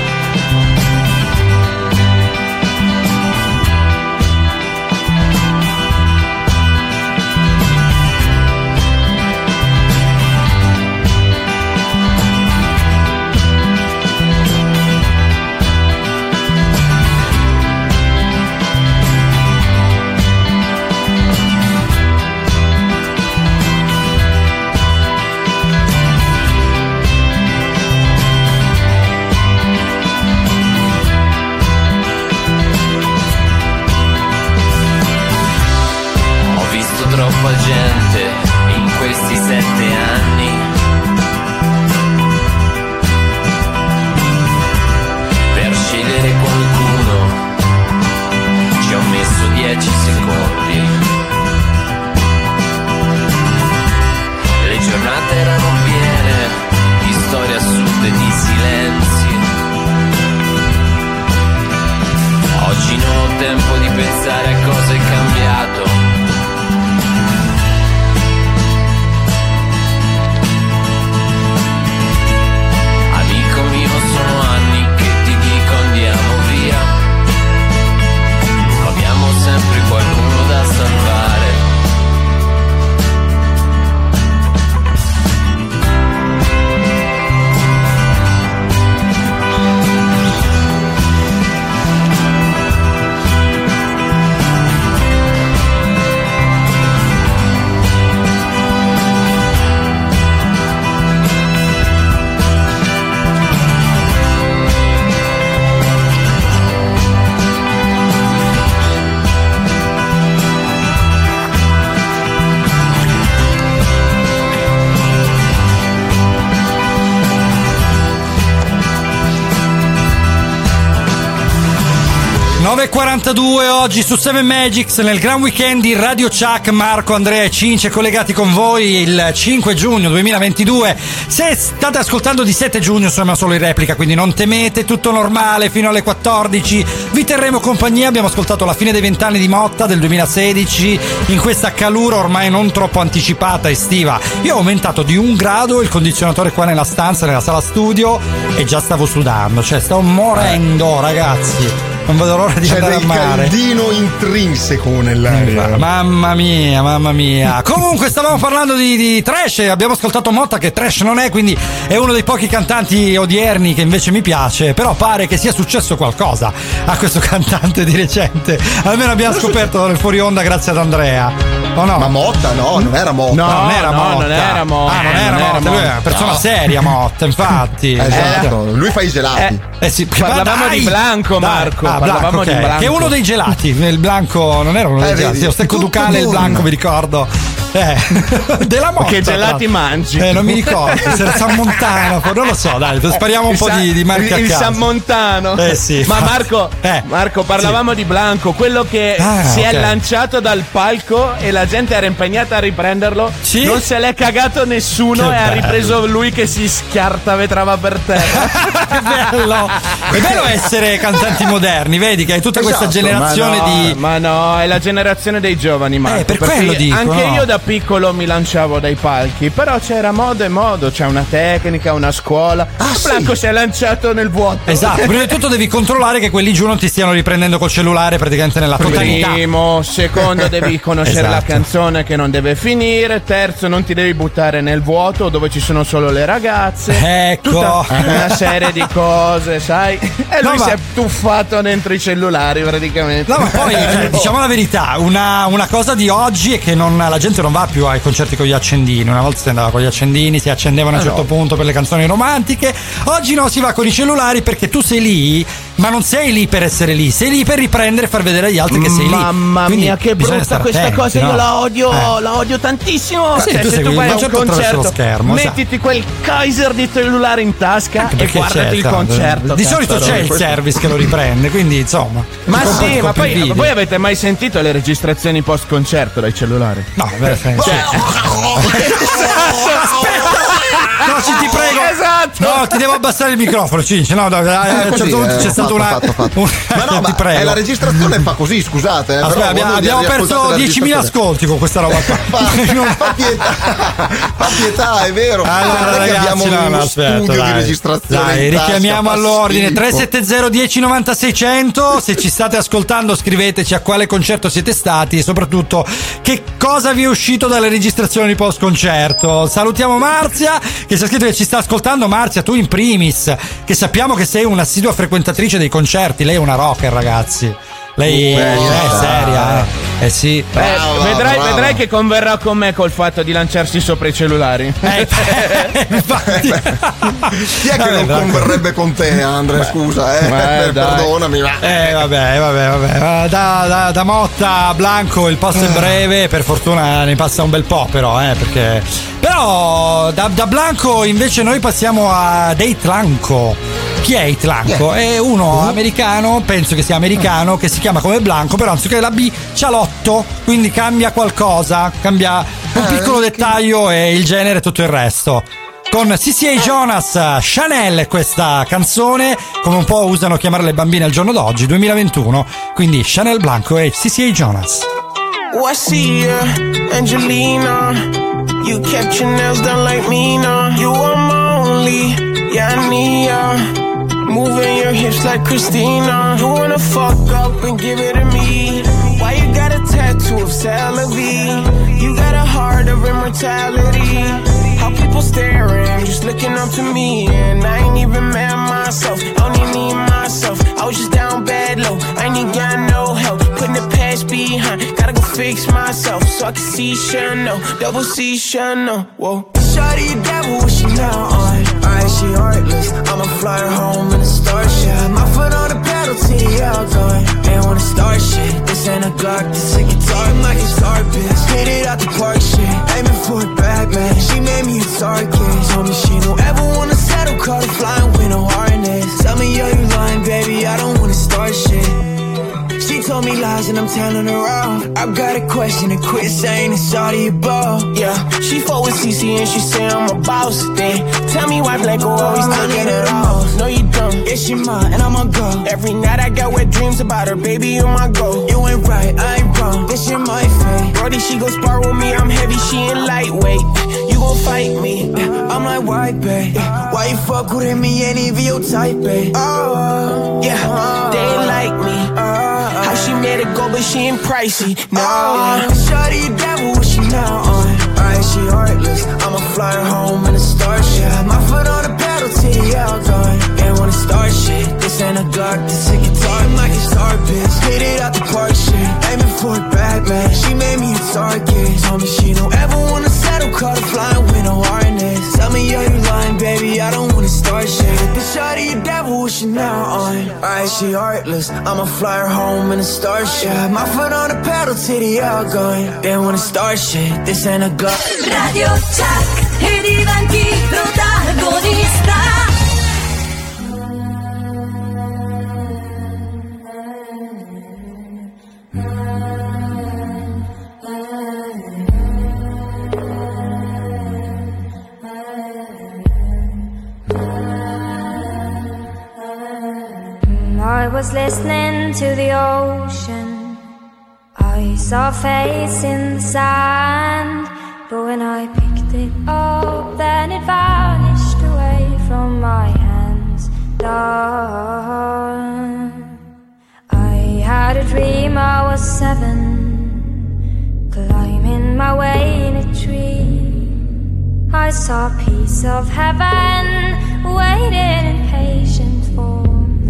[SPEAKER 15] Troppa gente in questi 7 anni, per scegliere qualcuno ci ho messo 10 secondi. Le giornate erano piene di storie assurde e di silenzi. Oggi non ho tempo di pensare a cosa è cambiato. Sempre qualcuno da salvare.
[SPEAKER 3] 9.42 oggi su 7 Magics nel Gran Weekend di Radio Chuck. Marco, Andrea e Cince collegati con voi il 5 giugno 2022. Se state ascoltando di 7 giugno siamo solo in replica, quindi non temete, tutto normale fino alle 14. Vi terremo compagnia. Abbiamo ascoltato la fine dei 20 anni di Motta del 2016 in questa calura ormai non troppo anticipata estiva. Io ho aumentato di 1 grado il condizionatore qua nella stanza, nella sala studio, e già stavo sudando, cioè stavo morendo, ragazzi. Non vedo l'ora di andare a mare.
[SPEAKER 1] C'è del caldino intrinseco nell'aria.
[SPEAKER 3] Mamma mia, mamma mia. Comunque stavamo parlando di trash. Abbiamo ascoltato Motta, che trash non è, quindi è uno dei pochi cantanti odierni che invece mi piace. Però pare che sia successo qualcosa a questo cantante di recente. Almeno abbiamo scoperto nel fuori onda grazie ad Andrea. O no?
[SPEAKER 1] Ma Motta no, non era Motta.
[SPEAKER 3] No, non era Motta.
[SPEAKER 4] Non era Motta.
[SPEAKER 3] Ah, non era Motta. Lui è una persona seria, Motta, infatti.
[SPEAKER 1] Esatto. Lui fa i gelati.
[SPEAKER 3] Sì,
[SPEAKER 4] parlavamo di Blanco, Marco.
[SPEAKER 3] Parlavamo di Blanco. Che è uno dei gelati. Il Blanco non era uno dei gelati. Lo Stecco Ducale e il Blanco, mi ricordo. Della Motta.
[SPEAKER 4] Che gelati mangi?
[SPEAKER 3] Non mi ricordo, se era San Montano, non lo so, dai, spariamo un po' di marca a
[SPEAKER 4] il
[SPEAKER 3] caso.
[SPEAKER 4] San Montano.
[SPEAKER 3] Sì.
[SPEAKER 4] Ma Marco, parlavamo di Blanco, quello che si è lanciato dal palco e la gente era impegnata a riprenderlo.
[SPEAKER 3] Sì?
[SPEAKER 4] Non se l'è cagato nessuno e ha ripreso lui che si schiartavetrava per terra.
[SPEAKER 3] Che bello! È bello essere cantanti moderni, vedi che hai tutta questa generazione di.
[SPEAKER 4] Ma no, è la generazione dei giovani, Marco.
[SPEAKER 3] Per quello dico.
[SPEAKER 4] Anche
[SPEAKER 3] no?
[SPEAKER 4] io da piccolo mi lanciavo dai palchi, però c'era modo e modo, c'è una tecnica, una scuola. Blanco si è lanciato nel vuoto.
[SPEAKER 3] Esatto, prima di tutto devi controllare che quelli giù non ti stiano riprendendo col cellulare praticamente nella totalità.
[SPEAKER 4] Primo, secondo devi conoscere la canzone che non deve finire, terzo non ti devi buttare nel vuoto dove ci sono solo le ragazze.
[SPEAKER 3] Ecco.
[SPEAKER 4] Tutta una serie di cose, sai? E lui si è tuffato dentro i cellulari praticamente.
[SPEAKER 3] No, ma poi diciamo la verità, una cosa di oggi è che la gente non va più ai concerti con gli accendini. Una volta si andava con gli accendini, si accendevano a un certo punto per le canzoni romantiche. Oggi no, si va con i cellulari perché tu sei lì, ma non sei lì per essere lì, sei lì per riprendere e far vedere agli altri che sei lì.
[SPEAKER 4] Mamma mia, che brutta questa cosa, io la odio tantissimo.
[SPEAKER 3] Sì,
[SPEAKER 4] cioè, se tu vai a un concerto,
[SPEAKER 3] schermo,
[SPEAKER 4] mettiti quel Kaiser di cellulare in tasca e guardati il concerto.
[SPEAKER 3] Di solito c'è il service che lo riprende, quindi insomma.
[SPEAKER 4] Ma sì, ma poi voi avete mai sentito le registrazioni post concerto dai cellulari?
[SPEAKER 3] No, No, ti prego.
[SPEAKER 4] Esatto.
[SPEAKER 3] No, ti devo abbassare il microfono, Cince. No, a un certo punto c'è stato
[SPEAKER 1] fatto. Ma no,
[SPEAKER 3] ti prego.
[SPEAKER 1] La registrazione fa così, scusate.
[SPEAKER 3] Aspetta, abbiamo perso 10.000 ascolti con questa roba qua.
[SPEAKER 1] Fa pietà, è vero.
[SPEAKER 3] Allora, ragazzi,
[SPEAKER 1] abbiamo uno studio di registrazione.
[SPEAKER 3] Dai, richiamiamo all'ordine 370 10 90 600. Se ci state ascoltando, scriveteci a quale concerto siete stati e soprattutto che cosa vi è uscito dalle registrazioni post concerto. Salutiamo Marzia che si è scritto che ci sta ascoltando. Marzia, tu in primis, che sappiamo che sei un'assidua frequentatrice dei concerti. Lei è una rocker, ragazzi. Lei è seria, sì.
[SPEAKER 4] Vedrai che converrà con me col fatto di lanciarsi sopra i cellulari.
[SPEAKER 3] Infatti.
[SPEAKER 1] Chi è che non converrebbe con te, Andrea? Scusa, perdonami.
[SPEAKER 3] Vabbè. Da Motta a Blanco il passo è breve, per fortuna ne passa un bel po', però, perché. Però da Blanco invece noi passiamo a Deitlanco. Chi è Itlanco? È uno americano, penso che sia americano, che si chiama come Blanco, però anziché la B c'ha l'8, quindi cambia qualcosa, cambia un piccolo dettaglio e il genere e tutto il resto. Con CCA Jonas, Chanel questa canzone, come un po' usano chiamare le bambine al giorno d'oggi, 2021, quindi Chanel Blanco e CCA Jonas.
[SPEAKER 16] Oh, I see ya, Angelina. You kept your nails done like me, now. You are my only, yeah, I need ya. Moving your hips like Christina. You wanna fuck up and give it to me. Why you got a tattoo of Salavi? You got a heart of immortality. How people staring, just looking up to me. And I ain't even mad myself, I don't even need myself. I was just down bad low, I ain't got no help. Putting the past behind, gotta go fix myself. So I can see Chanel, double C Chanel. Whoa. Shawty a devil, what she now on? Alright, she heartless, I'ma fly her home in a starship. My foot on the pedal, TL going. Ain't wanna start shit, this ain't a Glock, this a guitar. I'm like a star bitch, hit it out the park shit. Aiming for it back, man, she made me a target. Told me she don't ever wanna settle, caught her flying with no harness. Tell me, yo, you lying, baby, I don't wanna start shit. She told me lies and I'm telling her off. I've got a question and quit saying it's all the above. Yeah, she fought with CC and she say I'm a boss. Then tell me why Blanco always taking it off. No, you don't. Yeah, she mine and I'm on go. Every night I got wet dreams about her, baby, you my go. You ain't right, I ain't wrong. This shit my fate. Brody, she gon' spar with me. I'm heavy, she ain't lightweight. You gon' fight me. I'm like, why, babe? Why you fuck with me? Ain't even your type, babe. Oh, yeah, they ain't like me. How she made it go, but she ain't pricey. No, shawty a devil, what she now on? Alright, she heartless, I'ma fly her home in a starship. My foot on the pedal, TL going. Ain't wanna start shit, this ain't a Glock, this a guitar. I'm like a star bitch, hit it out the park shit. Aiming for it back, man, she made me a target. Told me she don't ever wanna settle, caught her flying with no harness. Tell me, yo, you lying, baby, I don't wanna start shit. The shawty a devil, what she now on? Alright, she heartless. I'ma fly her home in a starship. My foot on the pedal to the outgoing. Then when it starts shit, this ain't a glove.
[SPEAKER 11] Radio Chuck e diventi protagonista.
[SPEAKER 17] I was listening to the ocean. I saw a face in the sand, but when I picked it up, then it vanished away from my hands. I had a dream I was 7, climbing my way in a tree. I saw a piece of heaven waiting impatient for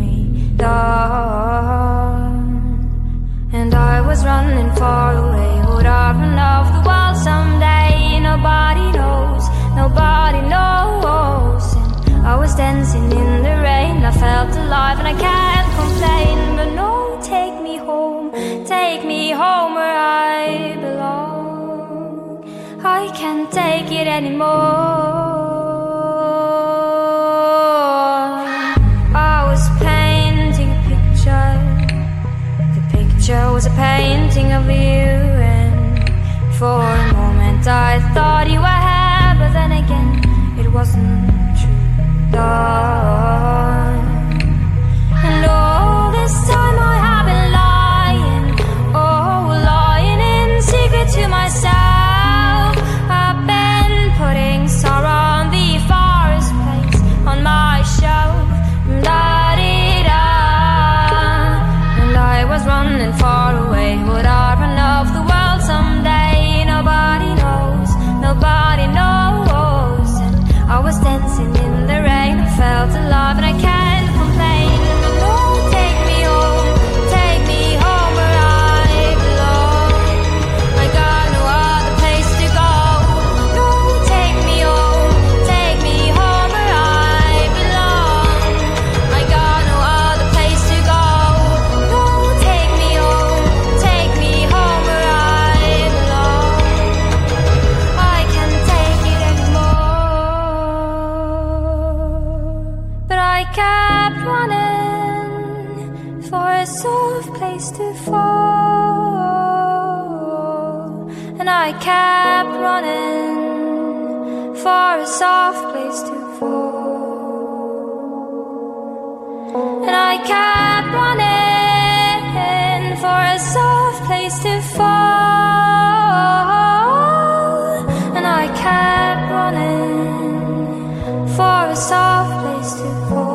[SPEAKER 17] and I was running far away. Would I run off the wall someday? Nobody knows, nobody knows. And I was dancing in the rain. I felt alive and I can't complain. But no, take me home where I belong. I can't take it anymore. Was a painting of you, and for a moment I thought you were here, but then again it wasn't true. And all this time I have been lying in secret to myself. I've been putting sorrow on the forest place on my shelf. Was running far away. Would I run off the world someday? Nobody knows, nobody knows. And I was dancing in the rain. I felt alive and I can't complain. But no, take me home where I belong. I got no other place to go. No, take me home where I belong. I got no other place to go. Kept running for a soft place to fall, and I kept running for a soft place to fall, and I kept running for a soft place to fall, and I kept running for a soft place to fall.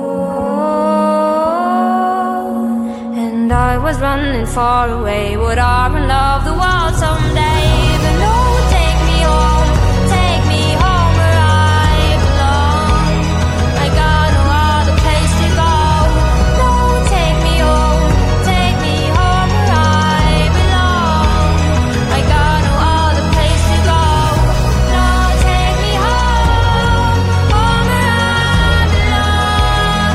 [SPEAKER 17] I was running far away. Would I run off the world someday? But no, take me home where I belong. I got no other place to go. No, take me home where I belong. I got no other place to go. No, take me home where I belong.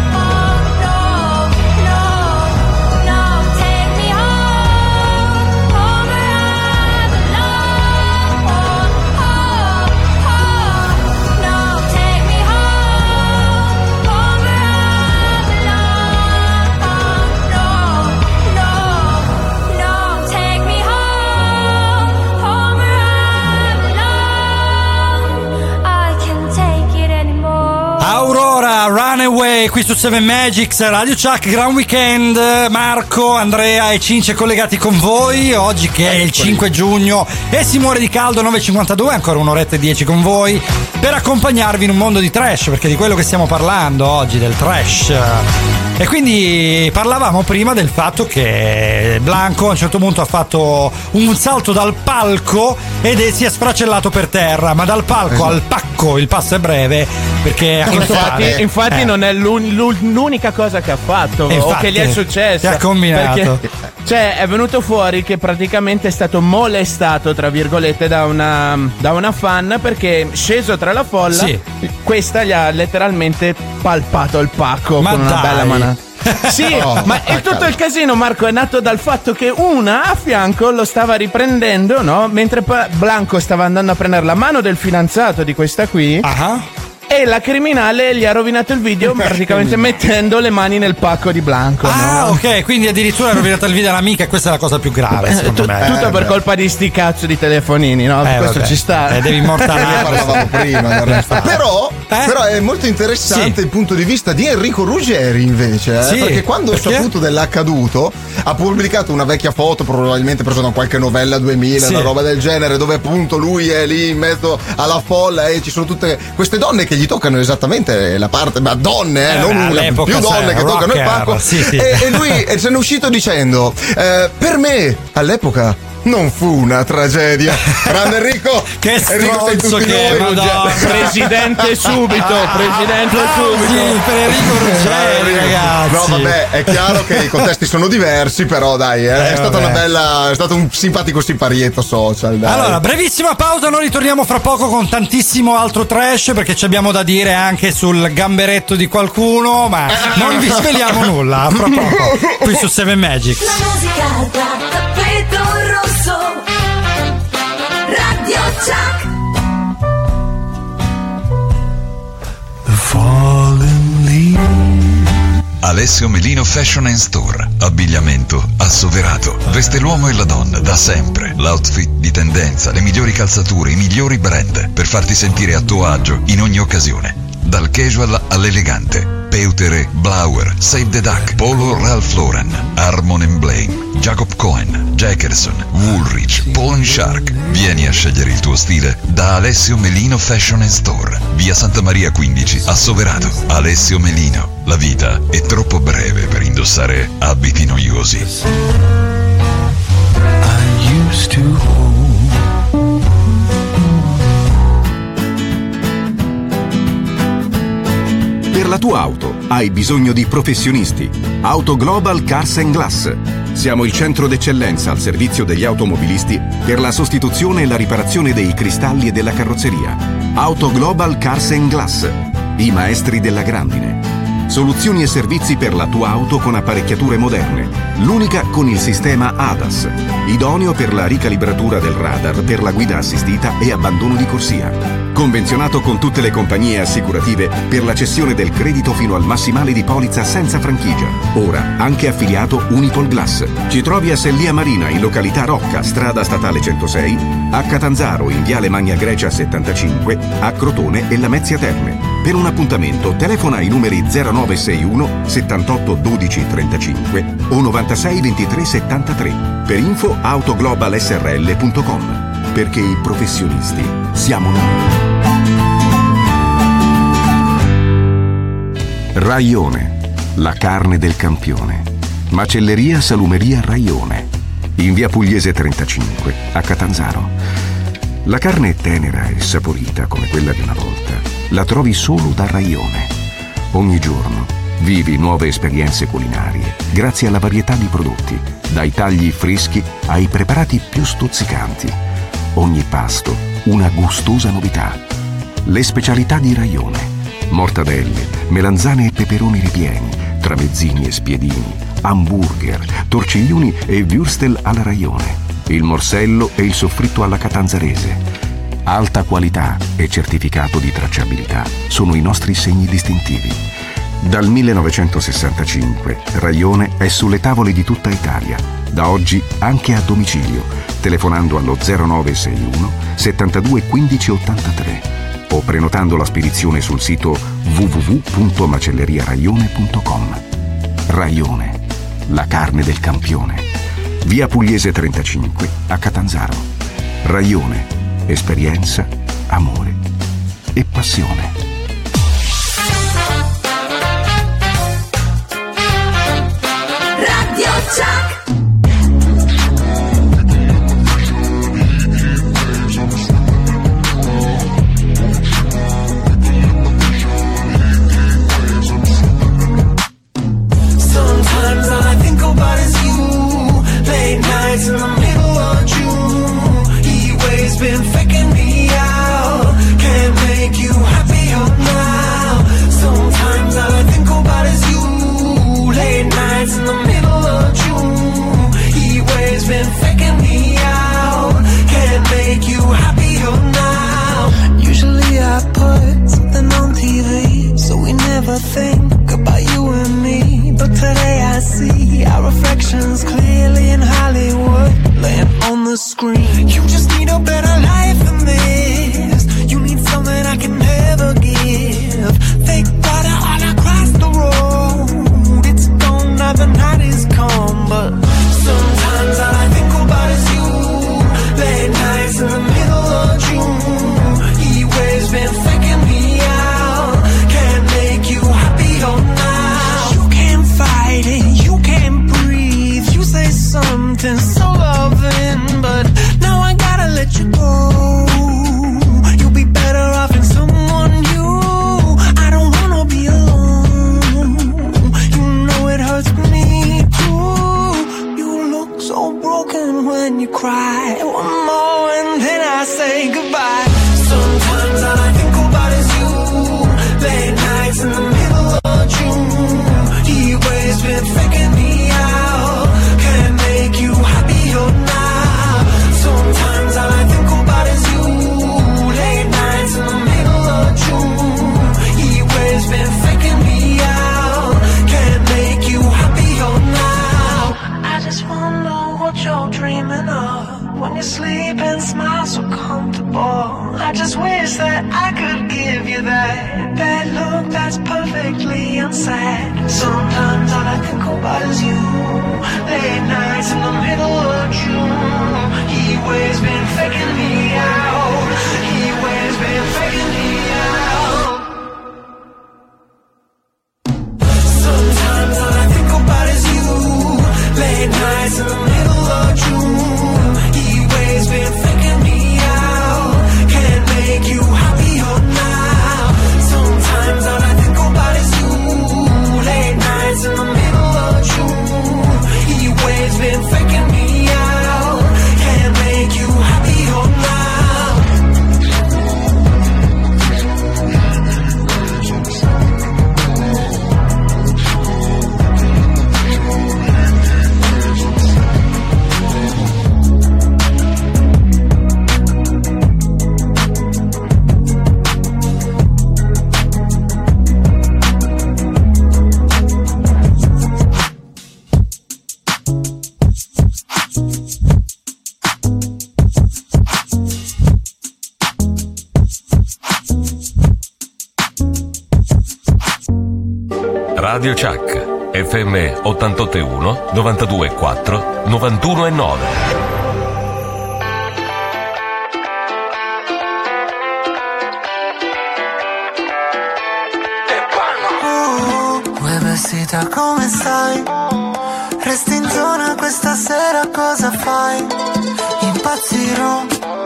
[SPEAKER 17] No, take me home where I belong. No, take me home where I belong. No, take me home where I belong. I can't take it anymore.
[SPEAKER 3] Aurora, Runaway, qui su 7 Magics, Radio Chuck, Gran Weekend. Marco, Andrea e Cince collegati con voi oggi che è il 5 giugno e si muore di caldo. 9.52, ancora un'oretta e 10 con voi per accompagnarvi in un mondo di trash, perché di quello che stiamo parlando oggi, del trash. E quindi parlavamo prima del fatto che Blanco a un certo punto ha fatto un salto dal palco ed si è sfracellato per terra, ma dal palco al pacco il passo è breve, perché
[SPEAKER 4] infatti non è l'unica cosa che ha fatto o che gli è successa.
[SPEAKER 3] Che ha combinato.
[SPEAKER 4] Perché, cioè, è venuto fuori che praticamente è stato molestato, tra virgolette, da una fan, perché sceso tra la folla, questa gli ha letteralmente palpato il pacco con una bella manata. Sì, ma tutto il casino, Marco, è nato dal fatto che una a fianco lo stava riprendendo, no? Mentre Blanco stava andando a prendere la mano del fidanzato di questa qui. E la criminale gli ha rovinato il video praticamente mettendo le mani nel pacco di Blanco.
[SPEAKER 3] Ah,
[SPEAKER 4] no?
[SPEAKER 3] ok, quindi addirittura ha rovinato il video all'amica e questa è la cosa più grave, secondo me.
[SPEAKER 4] Tutto per colpa di sti cazzo di telefonini, no? Questo
[SPEAKER 3] vabbè.
[SPEAKER 4] ci sta.
[SPEAKER 3] Devi immortalare.
[SPEAKER 1] Parlavamo prima, però è molto interessante il punto di vista di Enrico Ruggeri invece,
[SPEAKER 3] Sì,
[SPEAKER 1] perché quando ho saputo dell'accaduto ha pubblicato una vecchia foto, probabilmente presa da qualche novella 2000, una roba del genere, dove appunto lui è lì in mezzo alla folla e ci sono tutte queste donne che gli toccano esattamente la parte, ma donne, non una, più donne che toccano il pacco. E lui se n'è uscito dicendo per me all'epoca non fu una tragedia. Grande Enrico!
[SPEAKER 3] Che stronzo che è,
[SPEAKER 4] Presidente subito, presidente subito.
[SPEAKER 3] Sì, per Enrico Ruggeri, ragazzi.
[SPEAKER 1] No, vabbè, è chiaro che i contesti sono diversi, però dai, è stata una bella, è stato un simpatico simparietto social. Dai.
[SPEAKER 3] Allora, brevissima pausa, noi ritorniamo fra poco con tantissimo altro trash, perché ci abbiamo da dire anche sul gamberetto di qualcuno, ma non vi sveliamo nulla, fra poco, qui su 7 Magic.
[SPEAKER 11] La musica da tappeto rosso. Radio Chuck.
[SPEAKER 18] Alessio Melino Fashion and Store. Abbigliamento assoverato. Veste l'uomo e la donna da sempre. L'outfit di tendenza, le migliori calzature, i migliori brand per farti sentire a tuo agio in ogni occasione. Dal casual all'elegante. Peutere, Blauer, Save the Duck, Polo Ralph Lauren, Harmon & Blaine, Jacob Cohen, Jackerson, Woolrich, Paul & Shark. Vieni a scegliere il tuo stile da Alessio Melino Fashion and Store. Via Santa Maria 15, a Soverato. Alessio Melino. La vita è troppo breve per indossare abiti noiosi.
[SPEAKER 19] I used to
[SPEAKER 20] Per la tua auto hai bisogno di professionisti. Auto Global Cars and Glass. Siamo il centro d'eccellenza al servizio degli automobilisti per la sostituzione e la riparazione dei cristalli e della carrozzeria. Auto Global Cars and Glass. I maestri della grandine. Soluzioni e servizi per la tua auto con apparecchiature moderne. L'unica con il sistema ADAS. Idoneo per la ricalibratura del radar per la guida assistita e abbandono di corsia. Convenzionato con tutte le compagnie assicurative per la cessione del credito fino al massimale di polizza senza franchigia. Ora anche affiliato Unipol Glass. Ci trovi a Sellia Marina in località Rocca, strada statale 106, a Catanzaro in viale Magna Grecia 75, a Crotone e Lamezia Terme. Per un appuntamento telefona ai numeri 0961 78 12 35 o 96 23 73. Per info autoglobalsrl.com. Perché i professionisti siamo noi. Raione, la carne del campione. Macelleria Salumeria Raione, in via Pugliese 35, a Catanzaro. La carne è tenera e saporita come quella di una volta. La trovi solo da Raione. Ogni giorno vivi nuove esperienze culinarie grazie alla varietà di prodotti, dai tagli freschi ai preparati più stuzzicanti. Ogni pasto una gustosa novità. Le specialità di Raione. Mortadelle, melanzane e peperoni ripieni, tramezzini e spiedini, hamburger, torciglioni e würstel alla Raione, il morsello e il soffritto alla catanzarese. Alta qualità e certificato di tracciabilità sono i nostri segni distintivi. Dal 1965 Raione è sulle tavole di tutta Italia, da oggi anche a domicilio, telefonando allo 0961 72 15 83 o prenotando la spedizione sul sito www.macelleriaraione.com. Raione, la carne del campione. Via Pugliese 35 a Catanzaro. Raione, esperienza, amore e passione.
[SPEAKER 11] Radio Chuck.
[SPEAKER 2] Sometimes all I think about is you. Late nights in the middle of June. He always been faking me out. Can't make you happy. is perfectly unsaid. Sometimes all I think about is you. Late nights in the middle of June. He always been faking me out. He always been faking me out. Sometimes all I think about is you. Late nights in the middle of June. He always been faking me out. Can't make you happier now. Sometimes all I think about is you. Late nights in the middle of June. He always been faking me out. Can't make you happier now.
[SPEAKER 14] Radio Chuck, FM 88.1, 92.4, 91.9.
[SPEAKER 2] Vuoi vestita come stai? Resti in zona questa sera, cosa fai? Impazzirò,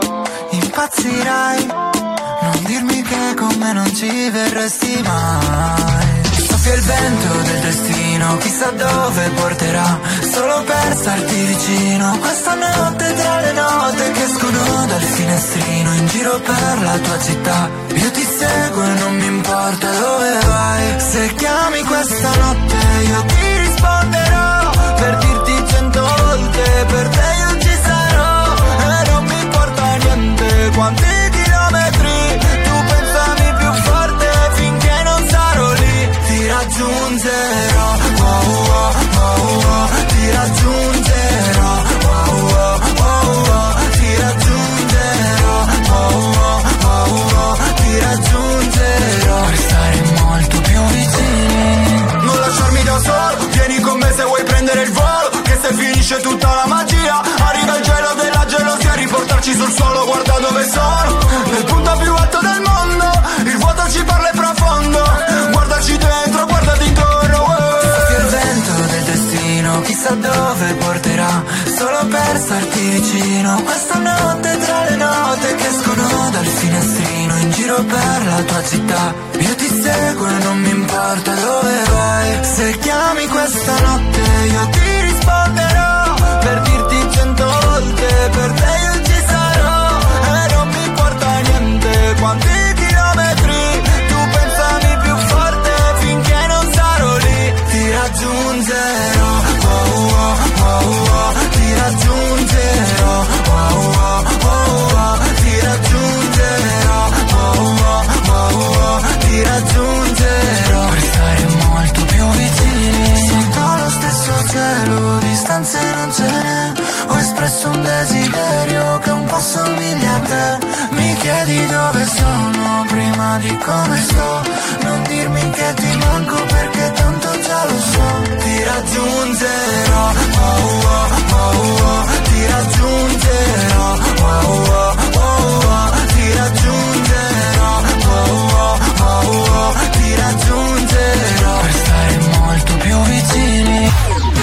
[SPEAKER 2] impazzirai. Non dirmi che con me non ci verresti mai. Soffia il vento del destino, chissà dove porterà. Solo per starti vicino, questa notte tra le note che escono dal finestrino. In giro per la tua città, io ti seguo e non mi importa dove vai. Se chiami questa notte io ti risponderò, per dirti 100 volte per te io ci sarò. E non mi importa niente quanti chilometri tu pensami più forte finché non sarò lì. Ti raggiungerò, oh, oh, oh, oh. Ti raggiungerò, oh, oh, oh, oh. Ti raggiungerò, oh, oh, oh, oh. Ti raggiungerò, per stare molto più vicini. Non lasciarmi da solo, vieni con me se vuoi prendere il volo, che se finisce tutta la magia arriva il gelo della gelosia, riportarci sul suolo, guarda dove sono, nel punto più alto del mondo, il vuoto ci parla e profondo, guardaci dentro, guardati intorno. Soffia il vento del destino, chissà dove porterà, solo per starti vicino, questa notte tra le note che escono dal finestrino. In giro per la tua città, io ti seguo e non mi importa dove vai. Se chiami questa notte io ti risponderò, per dirti 100 volte per te io ci sarò. E non mi importa niente quanti chilometri tu pensami più forte finché non sarò lì. Ti raggiungerò, oh, oh, oh, oh. Ti raggiungerò, oh, oh, oh, oh. Ti raggiungerò, oh, oh, oh, oh. Ti raggiungerò, per stare molto più vicini. Sotto lo stesso cielo distanze non ce n'è, ho espresso un desiderio che un po' somiglia a te. Mi chiedi dove sono prima di come sto, non dirmi che ti manco perché tanto già lo so. Ti raggiungerò, oh, oh, oh, oh. Ti raggiungerò, oh, oh, oh, oh. Ti raggiungerò, oh, oh, oh, oh. Ti raggiungerò, per stare molto più vicini.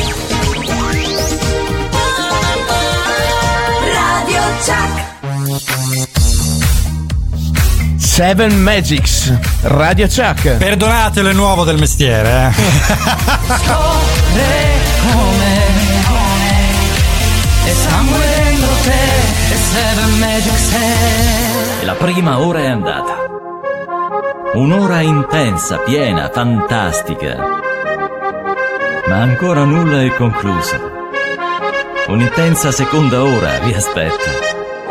[SPEAKER 11] Radio Chuck.
[SPEAKER 4] Seven Magics, Radio Chuck.
[SPEAKER 3] Perdonatelo, è nuovo del mestiere.
[SPEAKER 15] E sangue dentro te, e Seven Magics è.
[SPEAKER 7] E la prima ora è andata. Un'ora intensa, piena, fantastica. Ma ancora nulla è concluso. Un'intensa seconda ora vi aspetta.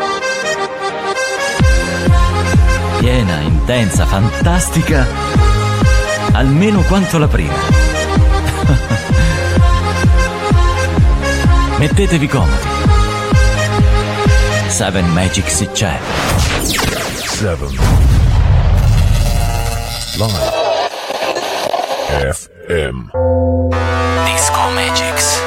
[SPEAKER 7] Piena, intensa, fantastica, almeno quanto la prima. Mettetevi comodi. Seven Magics c'è.
[SPEAKER 13] Seven. Live.
[SPEAKER 21] FM.
[SPEAKER 15] Disco Magics.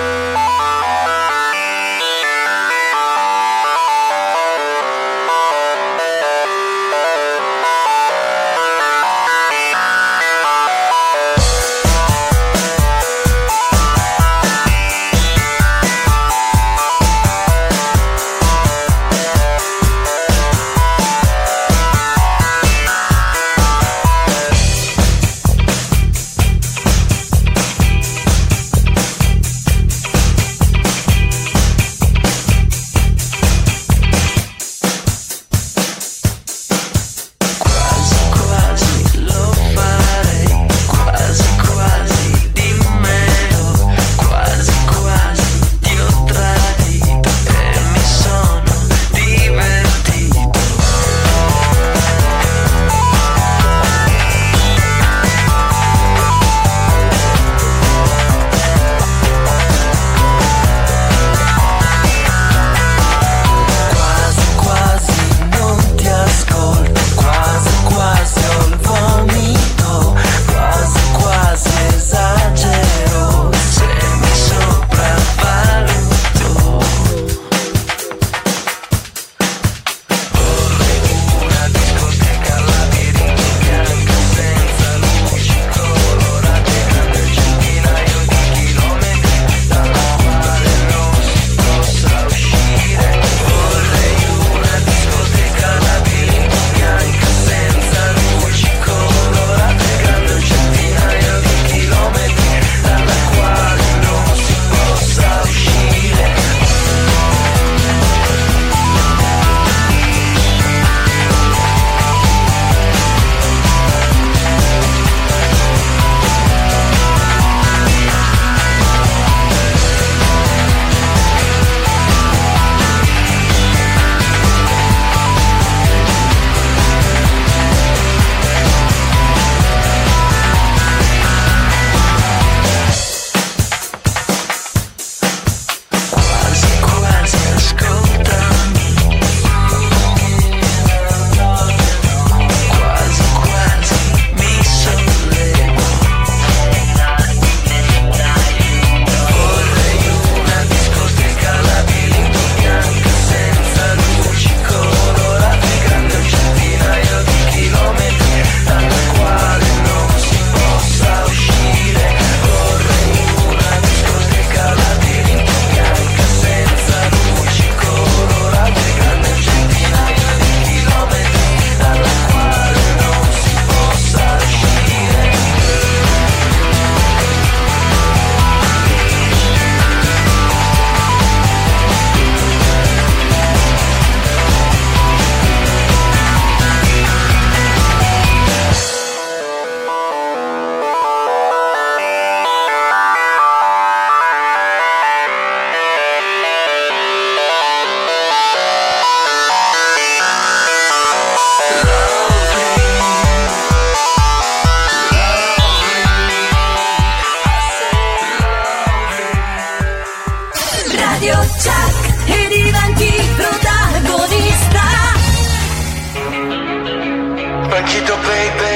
[SPEAKER 2] Banchito baby,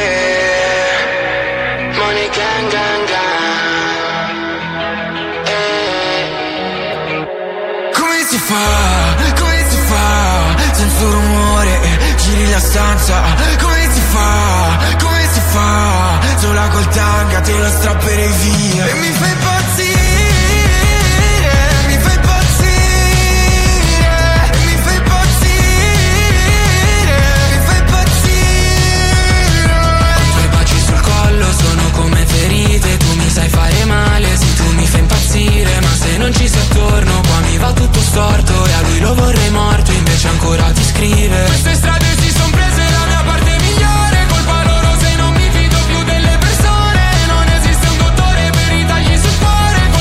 [SPEAKER 2] money gang gang gang.
[SPEAKER 8] Come si fa, senza rumore, giri la stanza. Come si fa, sola col tanga te lo strapperei via. E mi fai impazzire.
[SPEAKER 15] Sono come ferite, tu mi sai fare male, sì tu mi fai impazzire, ma se non ci sei attorno qua mi va tutto storto e a lui lo vorrei morto, invece ancora ti scrive. Queste strade si son prese la mia parte migliore, colpa loro se non mi fido più delle persone, non esiste un dottore per i tagli sul cuore.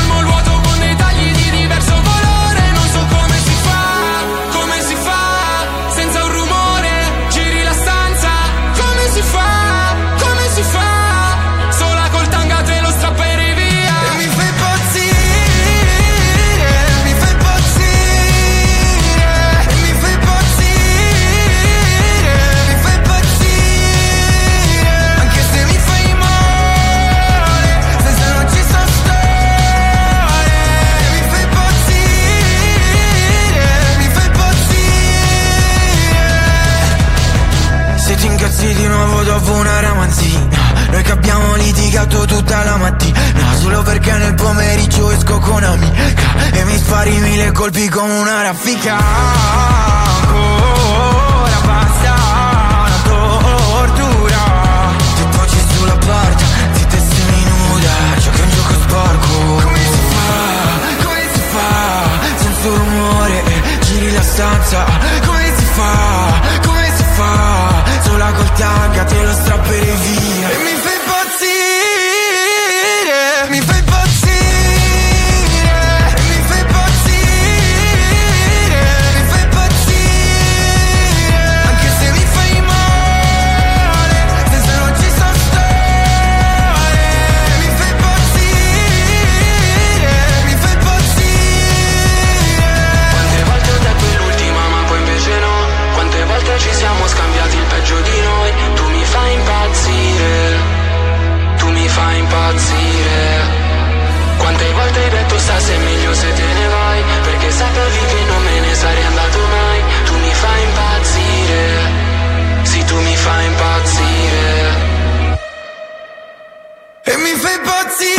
[SPEAKER 15] aspettato tutta la mattina solo perché nel pomeriggio esco con amica e mi spari 1000 colpi come una raffica. Ancora basta una tortura. Ti poggi sulla porta, ti testimi nuda, giochi un gioco sporco. Come si fa, senza rumore, giri la stanza. Come si fa, sola col tanga te lo strapperei via. E mi fai impazzire, mi fai impazzire, mi fai impazzire, mi fai impazzire. Anche se mi fai male, senza non ci so stare. Mi fai impazzire, mi fai impazzire. Quante volte ho detto è l'ultima ma poi invece no. Quante volte ci siamo scambiati il peggio di noi. Tu mi fai impazzire, tu mi fai impazzire. Quante volte hai detto stasera è meglio se te ne vai, perché sapevi che non me ne sarei andato mai. Tu mi fai impazzire, sì tu mi fai impazzire. E mi fai impazzire.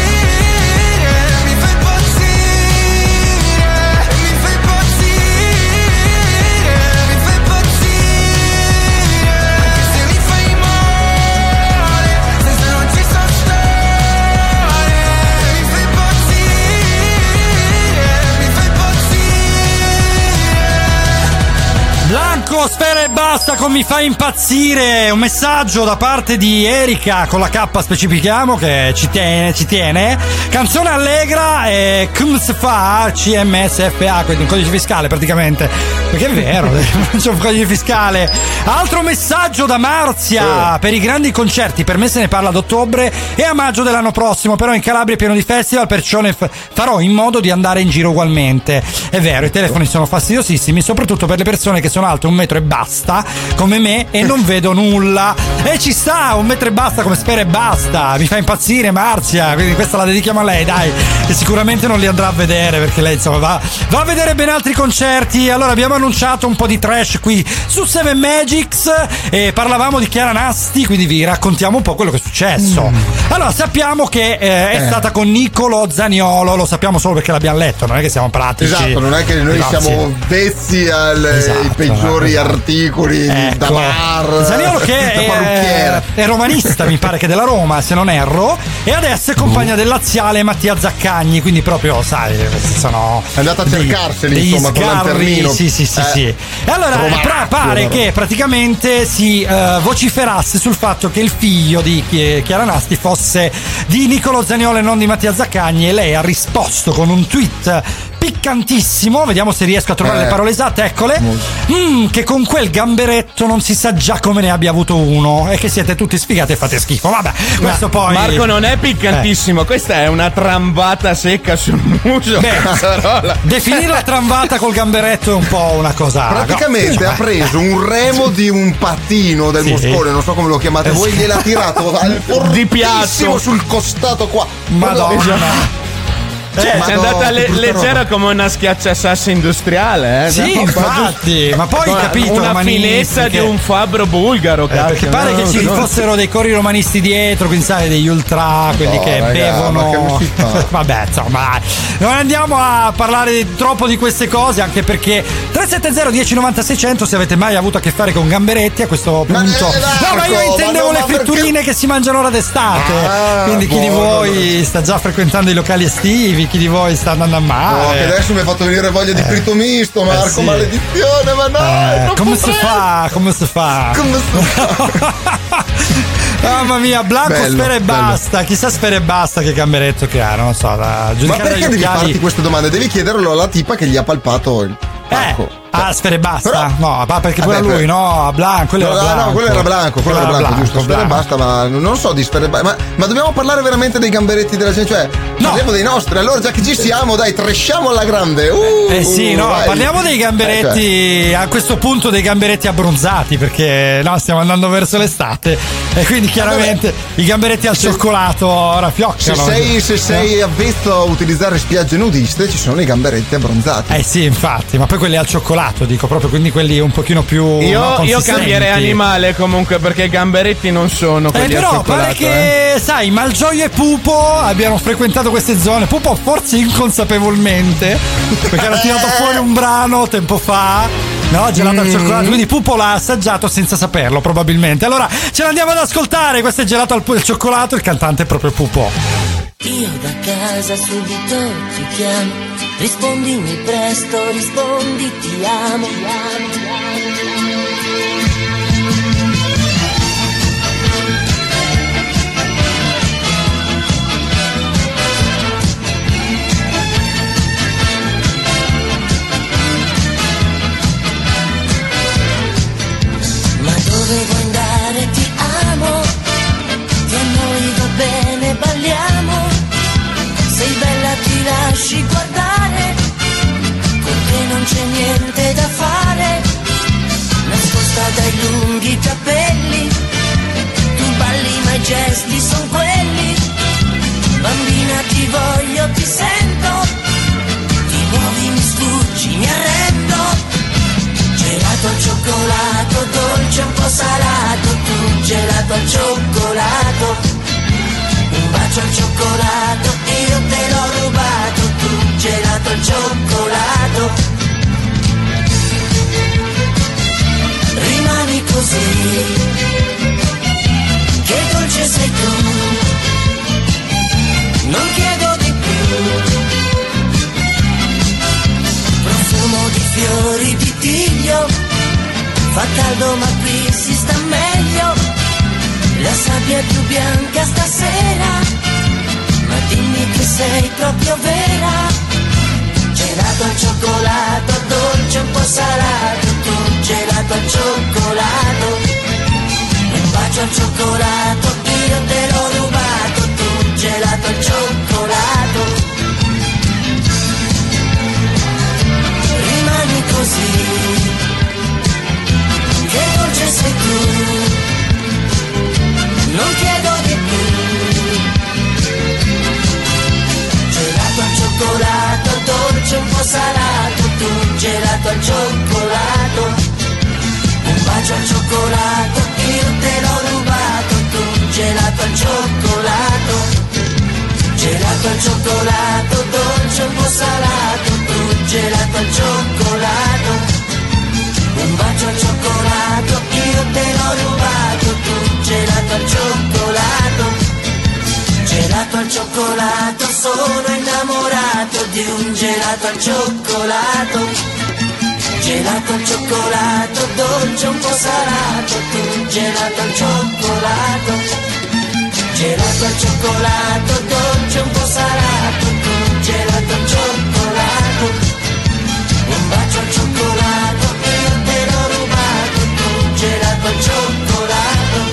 [SPEAKER 3] Blanco, Sfera e Basta con Mi Fai Impazzire. Un messaggio da parte di Erika, con la K specifichiamo, che ci tiene. Canzone allegra e CMSFA, CMSFA, quindi un codice fiscale praticamente, perché è vero, c'è un codice fiscale. Altro messaggio da Marzia, per i grandi concerti, per me se ne parla ad ottobre e a maggio dell'anno prossimo, però in Calabria è pieno di festival, perciò ne farò in modo di andare in giro ugualmente. È vero, i telefoni sono fastidiosissimi, soprattutto per le persone che sono alte 1 metro e basta come me e non vedo nulla, e ci sta 1 metro e basta come Sfera e Basta. Mi fa impazzire Marzia, quindi questa la dedichiamo a lei, dai, che sicuramente non li andrà a vedere perché lei insomma va a vedere ben altri concerti. Allora abbiamo annunciato un po' di trash qui su Seven Magics e parlavamo di Chiara Nasti, quindi vi raccontiamo un po' quello che è successo. Allora sappiamo che è stata con Niccolò Zaniolo, lo sappiamo solo perché l'abbiamo letto, non è che siamo pratici.
[SPEAKER 1] Esatto, non è che noi siamo vezzi ai peggiori articoli da bar,
[SPEAKER 3] Zaniolo che è romanista, mi pare che della Roma se non erro, e adesso è compagna del laziale Mattia Zaccagni, quindi proprio sai, sono
[SPEAKER 1] è andata a cercarseli insomma con l'anternino.
[SPEAKER 3] Sì. E allora pare che praticamente si vociferasse sul fatto che il figlio di Chiara Nasti fosse di Niccolò Zaniolo e non di Mattia Zaccagni, e lei ha risposto con un tweet piccantissimo, vediamo se riesco a trovare le parole esatte, eccole. Che con quel gamberetto non si sa già come ne abbia avuto uno, e che siete tutti sfigati e fate schifo. Vabbè, questo poi
[SPEAKER 4] Marco non è piccantissimo, questa è una trambata secca sul muso.
[SPEAKER 3] Definirla trambata col gamberetto è un po' una cosa.
[SPEAKER 1] Praticamente ha preso un remo di un pattino del Moscone, non so come lo chiamate voi, gliel'ha tirato al
[SPEAKER 4] di piazzo
[SPEAKER 1] sul costato qua.
[SPEAKER 3] Madonna.
[SPEAKER 4] Cioè, è andata leggera come una schiacciasassi industriale,
[SPEAKER 3] Sì, infatti, ma poi capito
[SPEAKER 4] una finezza di un fabbro bulgaro,
[SPEAKER 3] perché pare che ci fossero dei cori romanisti dietro, quindi sai, degli ultra, quelli che bevono. Vabbè, insomma, non andiamo a parlare troppo di queste cose, anche perché 370 1090 600 se avete mai avuto a che fare con gamberetti a questo punto. Ma io intendevo le frittuline che si mangiano ora d'estate, quindi chi di voi sta già frequentando i locali estivi, chi di voi sta andando a mare.
[SPEAKER 1] Che adesso mi ha fatto venire voglia di fritto misto, Marco, maledizione, ma no,
[SPEAKER 3] come si fa? Mamma mia, Blanco, Sfera e Basta. Chissà Sfera e Basta che gamberetto che ha, non lo so.
[SPEAKER 1] Ma perché devi farti queste domande? Devi chiederlo alla tipa che gli ha palpato il palco.
[SPEAKER 3] Sfera e Basta? Però, no, perché pure lui, no, Blanco, quello era Blanco.
[SPEAKER 1] No, quello era Blanco, giusto. Sfera e Basta, ma non so di Sfera e Basta. Ma dobbiamo parlare veramente dei gamberetti della gente? Cioè, parliamo dei nostri. Allora, già che ci siamo, dai, tresciamo alla grande.
[SPEAKER 3] Parliamo dei gamberetti, a questo punto dei gamberetti abbronzati, perché stiamo andando verso l'estate e quindi chiaramente i gamberetti al cioccolato ora fioccano.
[SPEAKER 1] Se sei avvezzo a utilizzare spiagge nudiste, ci sono i gamberetti abbronzati.
[SPEAKER 3] Sì, infatti, ma poi quelli al cioccolato cioccolato, dico proprio, quindi quelli un pochino più
[SPEAKER 4] io cambierei animale comunque, perché i gamberetti non sono quelli al
[SPEAKER 3] però
[SPEAKER 4] cioccolato.
[SPEAKER 3] pare che sai, Malgioglio e Pupo abbiano frequentato queste zone. Pupo forse inconsapevolmente, perché era tirato fuori un brano tempo fa, no, gelato al cioccolato, quindi Pupo l'ha assaggiato senza saperlo probabilmente. Allora ce l'andiamo ad ascoltare, questo è gelato al cioccolato, il cantante è proprio Pupo.
[SPEAKER 21] Io da casa subito ti chiamo, rispondimi presto, rispondi ti amo. Ma dove vuoi andare ti amo, che a noi va bene, balliamo. Sei bella ti lasci guardare, con te non c'è niente da fare. Nascosta dai lunghi capelli, tu balli ma i gesti son quelli. Bambina ti voglio, ti sento, ti muovi, mi sfuggi, mi arrendo. Gelato al cioccolato, dolce un po' salato, tu gelato al cioccolato. Un bacio al cioccolato, io te l'ho rubato, tu gelato al cioccolato. Rimani così, che dolce sei tu, non chiedo di più. Profumo di fiori di tiglio, fa caldo ma qui si sta meglio. La sabbia è più bianca stasera, ma dimmi che sei proprio vera. Gelato al cioccolato, dolce un po' salato, tu gelato al cioccolato. Un bacio al cioccolato, io te l'ho rubato, tu gelato al cioccolato. Rimani così, che dolce sei tu, non chiedo di più. Gelato al cioccolato, dolce un po' salato, tu gelato al cioccolato. Un bacio al cioccolato, io te l'ho rubato, tu gelato al cioccolato. Gelato al cioccolato, dolce un po' salato, tu gelato al cioccolato. Un bacio al cioccolato, io te l'ho rubato, tu gelato al cioccolato. Gelato al cioccolato, sono innamorato di un gelato al cioccolato. Gelato al cioccolato, dolce un po' salato, tu gelato al cioccolato. Gelato al cioccolato, dolce un po' salato, tu gelato al cioccolato. Un bacio al cioccolato, io te l'ho rubato, tu gelato al cioccolato.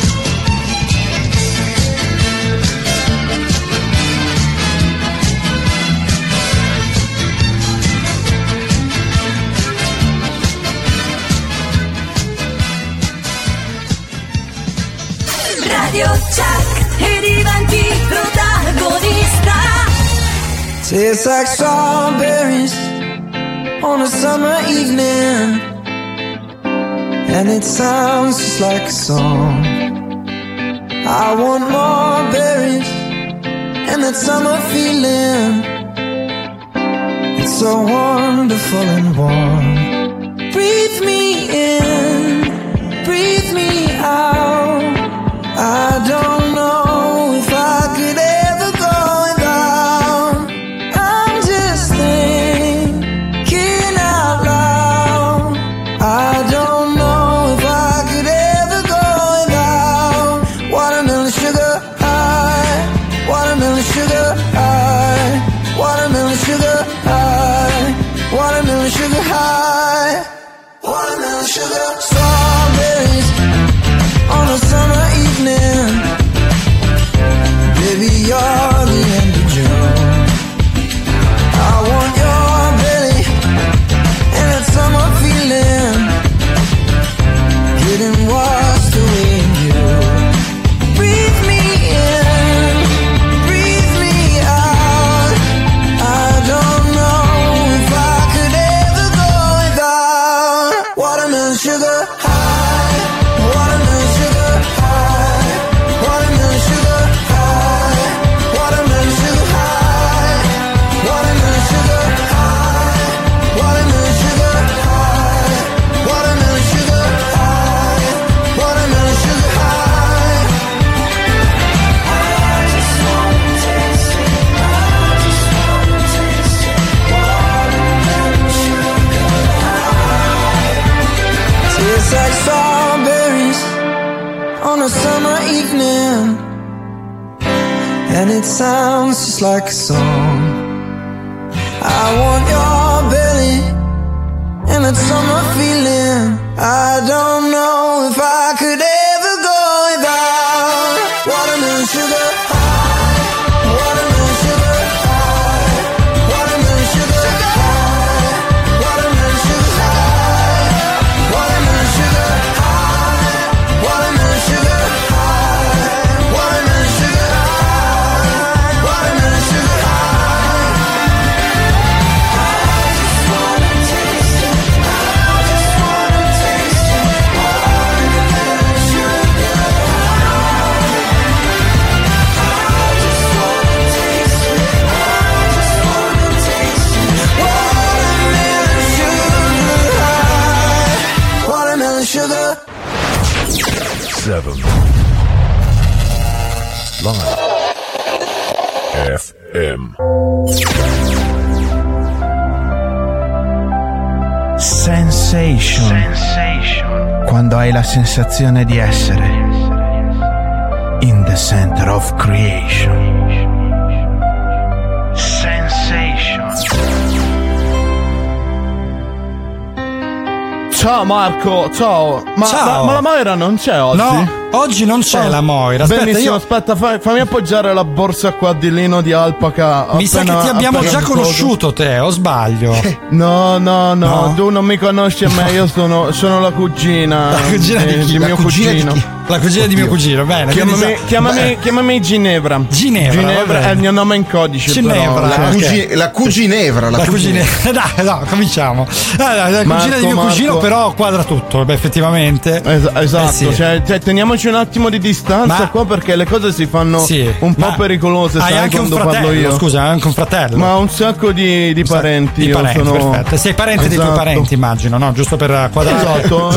[SPEAKER 11] Radio Chuck e diventi protagonista.
[SPEAKER 22] Tastes like strawberries on a summer evening, and it sounds just like a song. I want more berries and that summer feeling. It's so wonderful and warm. Breathe me in, breathe me out. I don't know if I could ever go without. I'm just thinking out loud. I don't know if I could ever go without. Watermelon sugar high, watermelon sugar high, watermelon sugar high, watermelon sugar high, watermelon sugar. Strawberries on a summer evening, baby, you're the end of June. I want your belly and that summer feeling, getting washed away in you. Breathe me in, breathe me out. I don't know if I could ever go without. and it sounds just like a song. I want your belly and that summer feeling. I don't know if I could ever go without watermelon sugar high, watermelon sugar high, watermelon sugar high, watermelon sugar high, watermelon sugar high, watermelon sugar high, watermelon sugar high, watermelon sugar high. I just wanna taste it, I just wanna taste it, watermelon sugar high. I just wanna taste it, I just wanna taste it, watermelon sugar high, watermelon sugar.
[SPEAKER 19] 7 Live FM.
[SPEAKER 4] Sensation. Quando hai la sensazione di essere in the center of creation. Sensation. Ciao Marco, ciao. Ma la Moira non c'è oggi?
[SPEAKER 3] No, oggi non c'è la Moira. Aspetta,
[SPEAKER 4] benissimo, aspetta, fammi appoggiare la borsa qua di lino di alpaca.
[SPEAKER 3] Mi sa che ti abbiamo già conosciuto te, o sbaglio?
[SPEAKER 4] No, tu non mi conosci a me, io sono la cugina.
[SPEAKER 3] La cugina di chi?
[SPEAKER 4] mio cugino.
[SPEAKER 3] La cugina di mio cugino, bene.
[SPEAKER 4] Chiamami Ginevra.
[SPEAKER 3] Ginevra
[SPEAKER 4] è il mio nome in codice.
[SPEAKER 3] Ginevra.
[SPEAKER 1] La cuginevra.
[SPEAKER 3] La cuginevra. Dai, no, cominciamo. La cugina di mio cugino, però quadra tutto, eseffettivamente.
[SPEAKER 4] Esatto,
[SPEAKER 3] sì.
[SPEAKER 4] cioè teniamoci un attimo di distanza qua perché le cose si fanno un po' pericolose.
[SPEAKER 3] Hai anche un fratello, scusa, hai anche un fratello.
[SPEAKER 4] Ma un sacco di parenti.
[SPEAKER 3] Di parenti, perfetto. Sei parente dei tuoi parenti, immagino, no? Giusto per quadrare.
[SPEAKER 4] Esatto.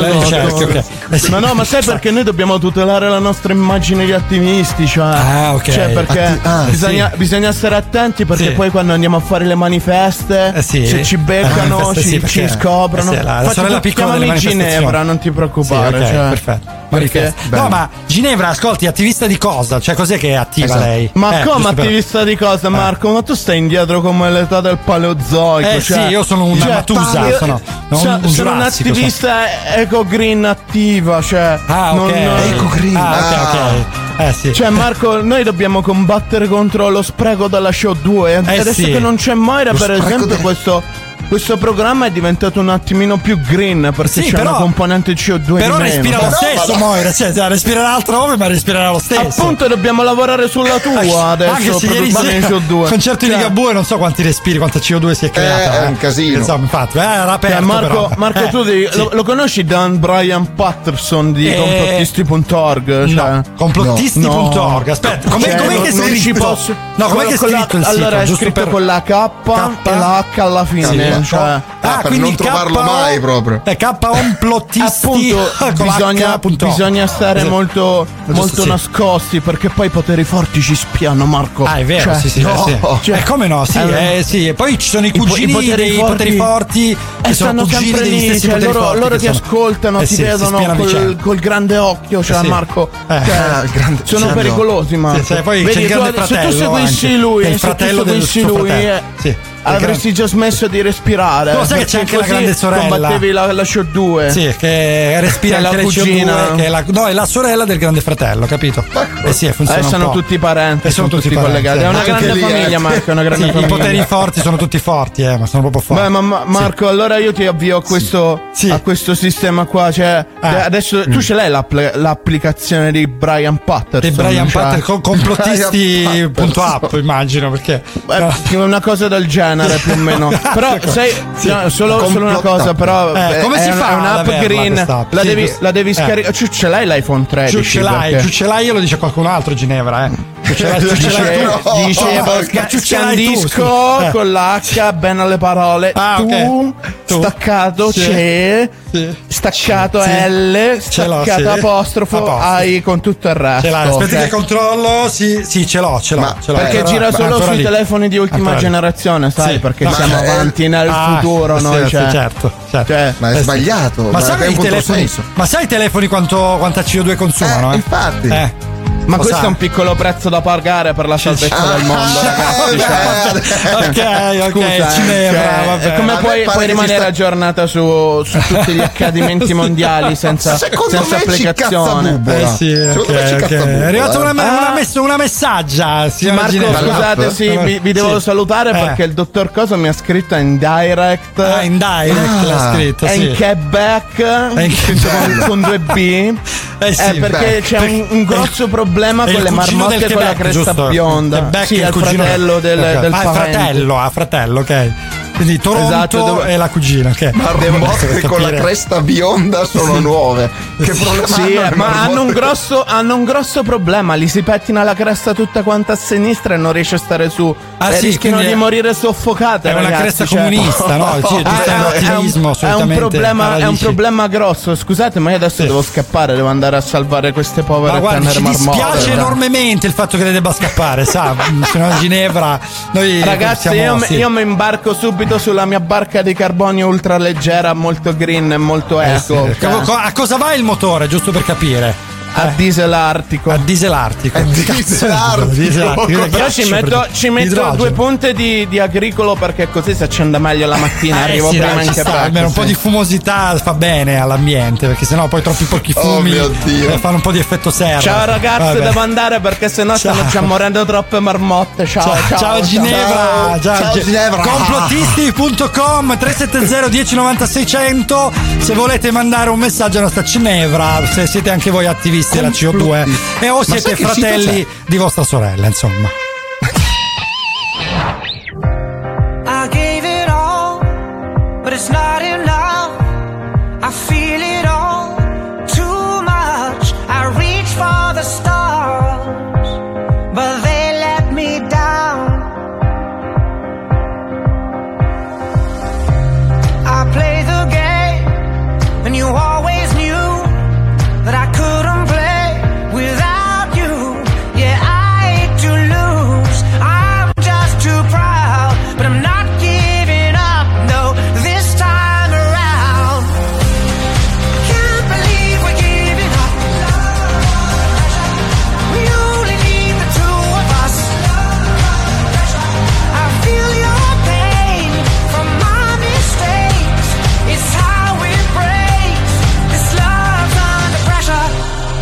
[SPEAKER 4] Ma sai perché noi dobbiamo tutelare la nostra immagine di attivisti, cioè, cioè perché bisogna stare attenti perché poi quando andiamo a fare le manifeste se ci beccano ci scoprono.
[SPEAKER 3] La sorella piccola delle manifestazioni.
[SPEAKER 4] Ginevra, non ti preoccupare,
[SPEAKER 3] perfetto. No, ma Ginevra, ascolti, attivista di cosa? Cioè, cos'è che è attiva lei?
[SPEAKER 4] Ma come attivista di cosa, Marco? Ma tu stai indietro come l'età del Paleozoico.
[SPEAKER 3] Sì, io sono una Matusa. Sono
[SPEAKER 4] un attivista eco-green attiva, cioè.
[SPEAKER 1] Eco-green.
[SPEAKER 3] Ok. Sì.
[SPEAKER 4] Cioè Marco, noi dobbiamo combattere contro lo spreco della CO2 e adesso che non c'è Moira, per esempio, questo programma è diventato un attimino più green perché c'è una componente CO2
[SPEAKER 3] però
[SPEAKER 4] di meno.
[SPEAKER 3] Respira lo stesso Moira, cioè respirerà altrove ma respirerà lo stesso.
[SPEAKER 4] Appunto dobbiamo lavorare sulla tua adesso,
[SPEAKER 3] anche se ieri
[SPEAKER 4] CO2.
[SPEAKER 3] Concerto di Ligabue non so quanti respiri, quanta CO2 si è creata.
[SPEAKER 1] È un casino.
[SPEAKER 3] Insomma, infatti, era aperto.
[SPEAKER 4] Marco, tu lo conosci Dan Brian Patterson di complottisti.org?
[SPEAKER 3] No, complottisti.org. Aspetta, com'è che è scritto? No, com'è che è scritto il sito?
[SPEAKER 4] Allora è scritto con la K e la H alla fine. Cioè,
[SPEAKER 1] per non trovarlo mai proprio.
[SPEAKER 3] Complottisti.
[SPEAKER 4] Appunto, bisogna stare molto nascosti perché poi i poteri forti ci spiano, Marco.
[SPEAKER 3] È vero, come no? Sì. E poi ci sono i cugini dei poteri forti
[SPEAKER 4] e stanno sempre lì, cioè loro ti ascoltano, ti vedono col grande occhio, cioè Marco. Sono pericolosi, Marco.
[SPEAKER 3] Poi c'è il grande fratello.
[SPEAKER 4] Se tu seguissi lui, avresti già smesso di respirare.
[SPEAKER 3] Lo sai che c'è anche la grande sorella.
[SPEAKER 4] Combattevi la CO2.
[SPEAKER 3] Sì, che respira
[SPEAKER 4] la cugina.
[SPEAKER 3] È la sorella del grande fratello, capito? Funziona.
[SPEAKER 4] Sono tutti parenti, sono tutti collegati. È una grande famiglia, Marco.
[SPEAKER 3] I poteri forti sono tutti forti, ma sono proprio forti.
[SPEAKER 4] Ma Marco, allora io ti avvio a questo sistema qua. Cioè, adesso tu ce l'hai l'applicazione di Brian Patterson.
[SPEAKER 3] Di Brian Patterson, complottisti.app, immagino, perché
[SPEAKER 4] una cosa del genere più o meno. Però sai, solo una cosa, però
[SPEAKER 3] come si fa?
[SPEAKER 4] È un'app green. La devi scaricare. Ce l'hai l'iPhone 13?
[SPEAKER 3] Ce l'hai, io lo dice qualcun altro, Ginevra,
[SPEAKER 4] Ciucciandisco con l'H, bene alle parole. Tu staccato c'è, staccato L, staccato apostrofo, hai con tutto il resto.
[SPEAKER 3] Aspetta che controllo. Sì, ce l'ho.
[SPEAKER 4] Perché gira solo sui telefoni di ultima generazione, sai? Perché siamo avanti nel futuro noi.
[SPEAKER 3] Certo.
[SPEAKER 1] Ma è sbagliato.
[SPEAKER 3] Ma sai i telefoni quanta CO2 consumano?
[SPEAKER 1] Infatti.
[SPEAKER 4] Ma questo è un piccolo prezzo da pagare per la salvezza del mondo, ragazzi.
[SPEAKER 3] Ok,
[SPEAKER 4] Scusa,
[SPEAKER 3] Ginevra, vabbè.
[SPEAKER 4] Come puoi
[SPEAKER 1] pare che
[SPEAKER 4] rimanere
[SPEAKER 1] sta-
[SPEAKER 4] aggiornata su tutti gli accadimenti mondiali senza
[SPEAKER 1] Secondo me
[SPEAKER 4] applicazione?
[SPEAKER 3] Sì,
[SPEAKER 1] Secondo me ci
[SPEAKER 3] ok.
[SPEAKER 1] cazzabubola,
[SPEAKER 3] È arrivata
[SPEAKER 1] eh.
[SPEAKER 3] una messaggia, signora
[SPEAKER 4] Marco,
[SPEAKER 3] Ginevra.
[SPEAKER 4] scusate, sì, vi devo salutare perché il dottor Coso mi ha scritto in direct.
[SPEAKER 3] In direct l'ha scritto,
[SPEAKER 4] È
[SPEAKER 3] sì.
[SPEAKER 4] in Quebec, scritto con 2B. Perché c'è un grosso problema
[SPEAKER 3] È
[SPEAKER 4] con
[SPEAKER 3] il
[SPEAKER 4] le
[SPEAKER 3] cugino
[SPEAKER 4] marmotte
[SPEAKER 3] del
[SPEAKER 4] con la
[SPEAKER 3] Quebec,
[SPEAKER 4] cresta
[SPEAKER 3] giusto?
[SPEAKER 4] bionda.
[SPEAKER 3] Quebec
[SPEAKER 4] Sì,
[SPEAKER 3] è
[SPEAKER 4] è il
[SPEAKER 3] cugino
[SPEAKER 4] fratello del parente.
[SPEAKER 3] fratello, ok. Quindi Toronto
[SPEAKER 4] Esatto,
[SPEAKER 3] e la cugina, ok.
[SPEAKER 1] Marmotte con la cresta bionda sono nuove. Che problema
[SPEAKER 4] Sì,
[SPEAKER 1] hanno le
[SPEAKER 4] ma hanno
[SPEAKER 1] marmotte?
[SPEAKER 4] un grosso problema. Gli si pettina la cresta tutta quanta a sinistra e non riesce a stare su.
[SPEAKER 3] Ah,
[SPEAKER 4] e
[SPEAKER 3] sì,
[SPEAKER 4] rischiano
[SPEAKER 3] quindi
[SPEAKER 4] di morire soffocate.
[SPEAKER 3] è una
[SPEAKER 4] ragazzi,
[SPEAKER 3] cresta
[SPEAKER 4] cioè.
[SPEAKER 3] comunista, no? Sì, giusto, è un attivismo assolutamente alla
[SPEAKER 4] è un
[SPEAKER 3] radice.
[SPEAKER 4] problema grosso. Scusate, ma io adesso devo scappare, devo andare a salvare queste povere
[SPEAKER 3] Ma guardi,
[SPEAKER 4] tenere
[SPEAKER 3] ci
[SPEAKER 4] marmotte.
[SPEAKER 3] dispiace enormemente il fatto che lei debba scappare, sa? Se no a Ginevra noi
[SPEAKER 4] Ragazzi,
[SPEAKER 3] siamo,
[SPEAKER 4] io mi imbarco subito sulla mia barca di carbonio ultraleggera, molto green e molto eco.
[SPEAKER 3] sì. A cosa va il motore, giusto per capire?
[SPEAKER 4] A diesel artico.
[SPEAKER 3] A diesel artico.
[SPEAKER 1] Diesel artico.
[SPEAKER 4] Però ci metto 2 punte di agricolo perché così si accende meglio la mattina. Arrivo
[SPEAKER 3] sì,
[SPEAKER 4] prima
[SPEAKER 3] dai,
[SPEAKER 4] in
[SPEAKER 3] ci sta,
[SPEAKER 4] Quebec.
[SPEAKER 3] almeno un po' di fumosità fa bene all'ambiente, perché sennò poi troppi pochi fumi
[SPEAKER 1] mio Dio.
[SPEAKER 3] fanno un po' di effetto serra.
[SPEAKER 4] Ciao ragazzi,
[SPEAKER 3] Vabbè.
[SPEAKER 4] devo andare perché sennò stanno già morendo troppe marmotte.
[SPEAKER 3] Ciao Ginevra,
[SPEAKER 1] Ciao, Ginevra.
[SPEAKER 3] Complottisti.com 370 1090 600 se volete mandare un messaggio alla nostra Ginevra, se siete anche voi attivisti della CO2 e o siete
[SPEAKER 1] sai che sito
[SPEAKER 3] fratelli di vostra sorella, insomma.
[SPEAKER 22] I gave it all, but it's not enough. I feel it all too much. I reach for the stars, but they let me down. I play the game, and you always knew that I couldn't play without you. Yeah, I hate to lose. I'm just too proud, but I'm not giving up. No, this time around. Can't believe we're giving up. We only need the two of us. I feel your pain from my mistakes. It's how it breaks. This love's under pressure.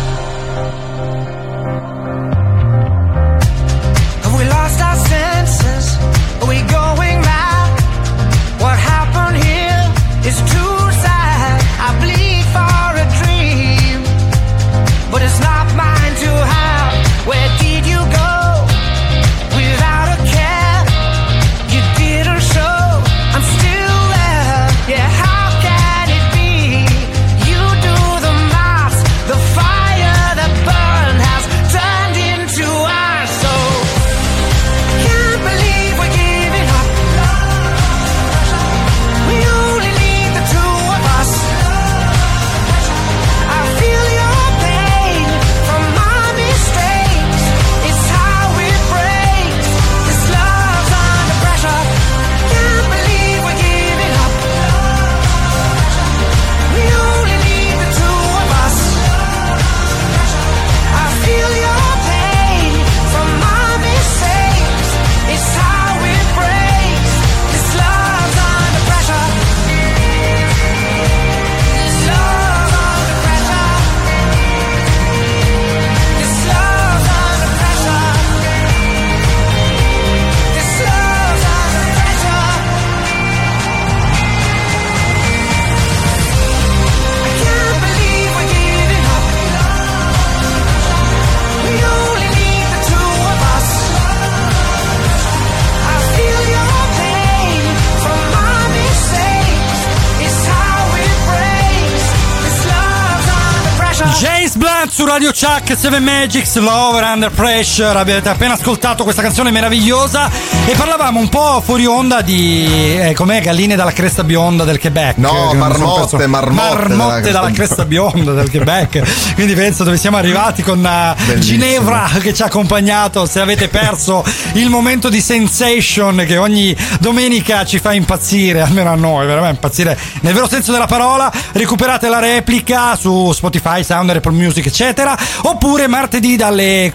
[SPEAKER 22] Have we lost our senses? Are we going mad? What happened here is too sad. I bleed for a dream, but it's not mine to have. Where did you go? Without a care, you didn't show. I'm still there. Yeah, how can it be? You do the math. The fire that burned has turned into our soul. Can't believe we're giving up. We only need the two of us. I feel your pain from my mistakes. It's how it breaks. This love's under pressure. Can't believe we're giving up. We only need the two of us. I feel your pain from my mistakes. It's how it breaks. This love's under pressure. This love's under pressure. This love's under pressure. This love's under pressure. I can't believe we're giving up. We only need the two of us. I feel your pain from my mistakes. It's how it breaks. This love's under pressure.
[SPEAKER 3] James Blunt su Radio Chuck 7 Magics, Love Under Pressure. Avete appena ascoltato questa canzone meravigliosa e parlavamo un po' fuori onda di com'è, galline dalla cresta bionda del Quebec.
[SPEAKER 1] No,
[SPEAKER 3] marmotte dalla cresta bionda del Quebec. Quindi penso dove siamo arrivati con Ginevra che ci ha accompagnato. Se avete perso il momento di sensation che ogni domenica ci fa impazzire, almeno a noi, veramente impazzire nel vero senso della parola, recuperate la replica su Spotify, Sound, Apple Music eccetera, oppure martedì dalle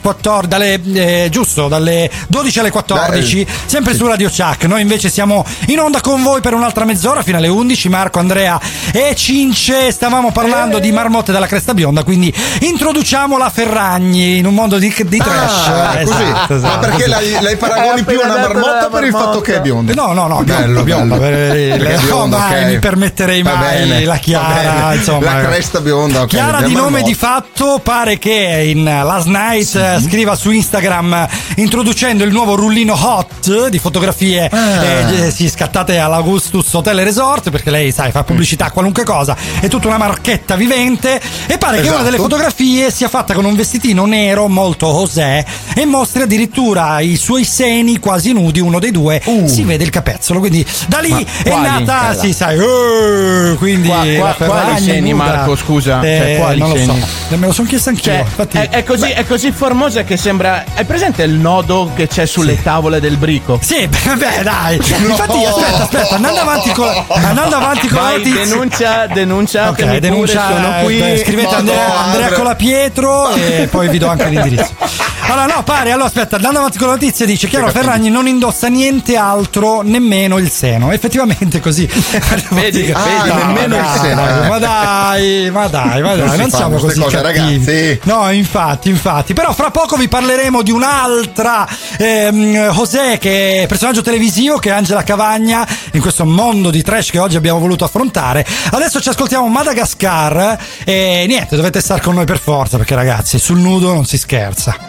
[SPEAKER 3] 12 alle 14, sempre su Radio Chuck. Noi invece siamo in onda con voi per un'altra mezz'ora fino alle 11. Marco, Andrea e Cince, stavamo parlando di marmotte dalla cresta bionda, quindi introduciamo la Ferragni in un mondo di trash.
[SPEAKER 1] Così.
[SPEAKER 3] Esatto.
[SPEAKER 1] Ma perché lei paragoni più a una marmotta per il fatto che è bionda?
[SPEAKER 3] No,
[SPEAKER 1] bello,
[SPEAKER 3] bionda.
[SPEAKER 1] bionda,
[SPEAKER 3] Mai mi permetterei mai la Chiara, insomma.
[SPEAKER 1] La cresta bionda,
[SPEAKER 3] Chiara di nome di fatto, pare che in Last Night scriva su Instagram introducendo il nuovo rullino hot di fotografie scattate all'Augustus Hotel e Resort, perché lei sai fa pubblicità a qualunque cosa, è tutta una marchetta vivente, e pare che una delle fotografie sia fatta con un vestitino nero molto José e mostri addirittura i suoi seni quasi nudi, uno dei due si vede il capezzolo, quindi da lì è nata, sì sai, quindi
[SPEAKER 4] quali seni, Marco, scusa, quali
[SPEAKER 3] non
[SPEAKER 4] seni?
[SPEAKER 3] lo so, me lo sono chiesto anch'io, infatti
[SPEAKER 4] è così formosa che sembra, hai presente il nodo che c'è sulle tavole del brico?
[SPEAKER 3] Sì, beh dai, infatti aspetta, andando avanti con la notizia,
[SPEAKER 4] denuncia,
[SPEAKER 3] ok, denuncia,
[SPEAKER 4] sono qui,
[SPEAKER 3] scrivete Andrea Colapietro e poi vi do anche l'indirizzo. Allora aspetta, andando avanti con la notizia, dice Chiara Ferragni non indossa niente altro, nemmeno il seno. Effettivamente così.
[SPEAKER 4] Vedi, nemmeno il seno.
[SPEAKER 3] Ma dai, non siamo così
[SPEAKER 1] cose,
[SPEAKER 3] cattivi.
[SPEAKER 1] ragazzi.
[SPEAKER 3] No, infatti. Però fra poco vi parleremo di un'altra José, che è personaggio televisivo, che è Angela Cavagna, in questo mondo di trash che oggi abbiamo voluto affrontare. Adesso ci ascoltiamo Madagascar e niente, dovete stare con noi per forza, perché ragazzi, sul nudo non si scherza.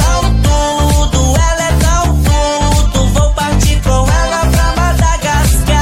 [SPEAKER 21] Madagascar.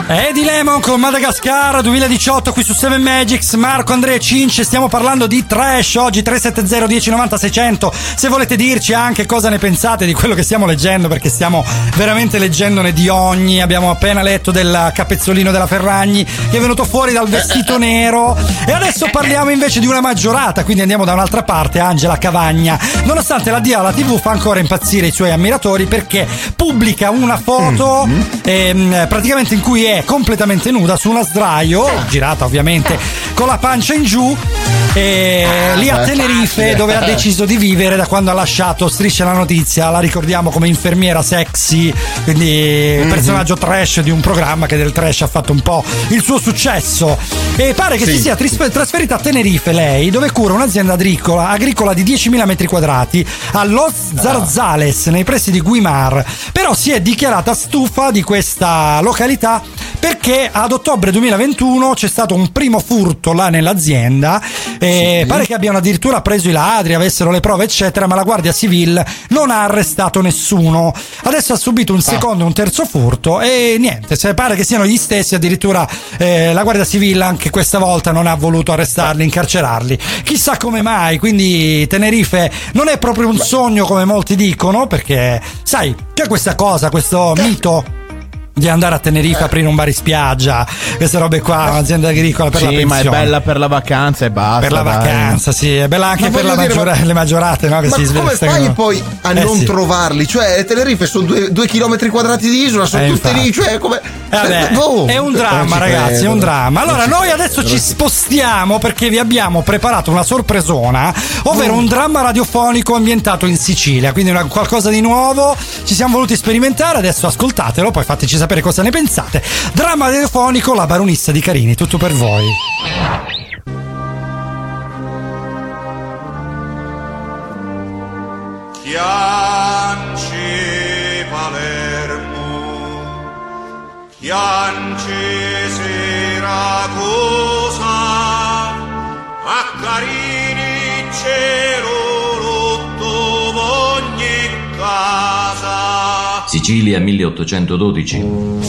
[SPEAKER 3] Eddie Lemon con Madagascar 2018 qui su 7 Magics. Marco, Andrea e Cince, stiamo parlando di trash oggi. 370 1090 600 se volete dirci anche cosa ne pensate di quello che stiamo leggendo, perché stiamo veramente leggendone di ogni. Abbiamo appena letto del capezzolino della Ferragni che è venuto fuori dal vestito nero, e adesso parliamo invece di una maggiorata, quindi andiamo da un'altra parte. Angela Cavagna, nonostante la dia alla TV, fa ancora impazzire i suoi ammiratori perché pubblica una foto praticamente in cui è completamente nuda su una sdraio, girata ovviamente con la pancia in giù, lì a Tenerife, dove ha deciso di vivere da quando ha lasciato Striscia la Notizia. La ricordiamo come infermiera sexy, quindi personaggio trash di un programma che del trash ha fatto un po' il suo successo, e pare che si sia trasferita a Tenerife lei, dove cura un'azienda agricola di 10.000 metri quadrati a Los Zarzales nei pressi di Guimar. Però si è dichiarata stufa di questa località perché ad ottobre 2021 c'è stato un primo furto là nell'azienda, e pare che abbiano addirittura preso i ladri, avessero le prove eccetera, ma la Guardia Civile non ha arrestato nessuno. Adesso ha subito un secondo e un terzo furto e niente, pare che siano gli stessi, addirittura la Guardia Civile anche questa volta non ha voluto arrestarli, incarcerarli, chissà come mai. Quindi Tenerife non è proprio un sogno come molti dicono, perché sai, c'è questa cosa, questo mito di andare a Tenerife a aprire un bar in spiaggia, queste robe qua, un'azienda agricola per la pensione.
[SPEAKER 4] Ma è bella per la vacanza e basta.
[SPEAKER 3] Per la vacanza, sì, è bella anche per le maggiorate, no? Che
[SPEAKER 1] ma come fai poi a non trovarli? Cioè, Tenerife sono 2 chilometri quadrati di isola, sono tutte lì, cioè come.
[SPEAKER 3] È un dramma, ragazzi, è un dramma. Allora, noi adesso ci spostiamo perché vi abbiamo preparato una sorpresona, ovvero un dramma radiofonico ambientato in Sicilia, quindi qualcosa di nuovo. Ci siamo voluti sperimentare, adesso ascoltatelo, poi fateci sapere cosa ne pensate. Dramma radiofonico, La baronessa di Carini, tutto per voi.
[SPEAKER 2] Chianci Palermo, Chianci Siracusa, a Carini cielo rotto ogni casa.
[SPEAKER 7] Sicilia 1812.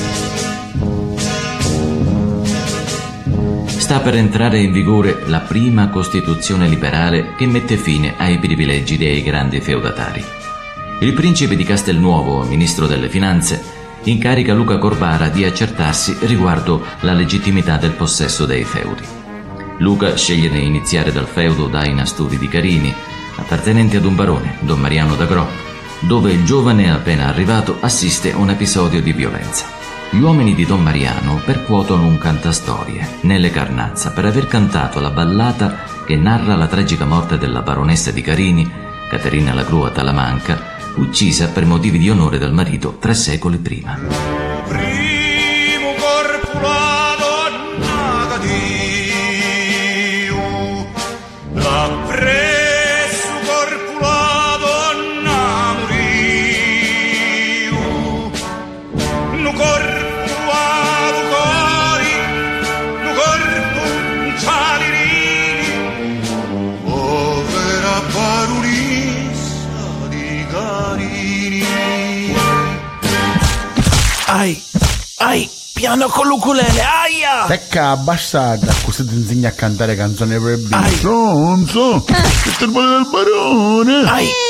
[SPEAKER 7] Sta per entrare in vigore la prima Costituzione liberale che mette fine ai privilegi dei grandi feudatari. Il principe di Castelnuovo, ministro delle Finanze, incarica Luca Corvara di accertarsi riguardo la legittimità del possesso dei feudi. Luca sceglie di iniziare dal feudo Daina Studi di Carini, appartenente ad un barone, Don Mariano d'Agro, dove il giovane appena arrivato assiste a un episodio di violenza. Gli uomini di Don Mariano percuotono un cantastorie, Nelle Carnazza, per aver cantato la ballata che narra la tragica morte della baronessa di Carini, Caterina la Grua Talamanca, uccisa per motivi di onore dal marito 3 secoli prima.
[SPEAKER 2] Primo corpo la donna Dio, la presso corpo la donna moriu, no corpo a cori, no corpo un cialirini, povera baronessa di Carini.
[SPEAKER 4] Ai, piano con l'ukulele, aia!
[SPEAKER 5] Secca, bastarda, così ti insegna a cantare canzoni per bambini. Stronzo, che te il del barone.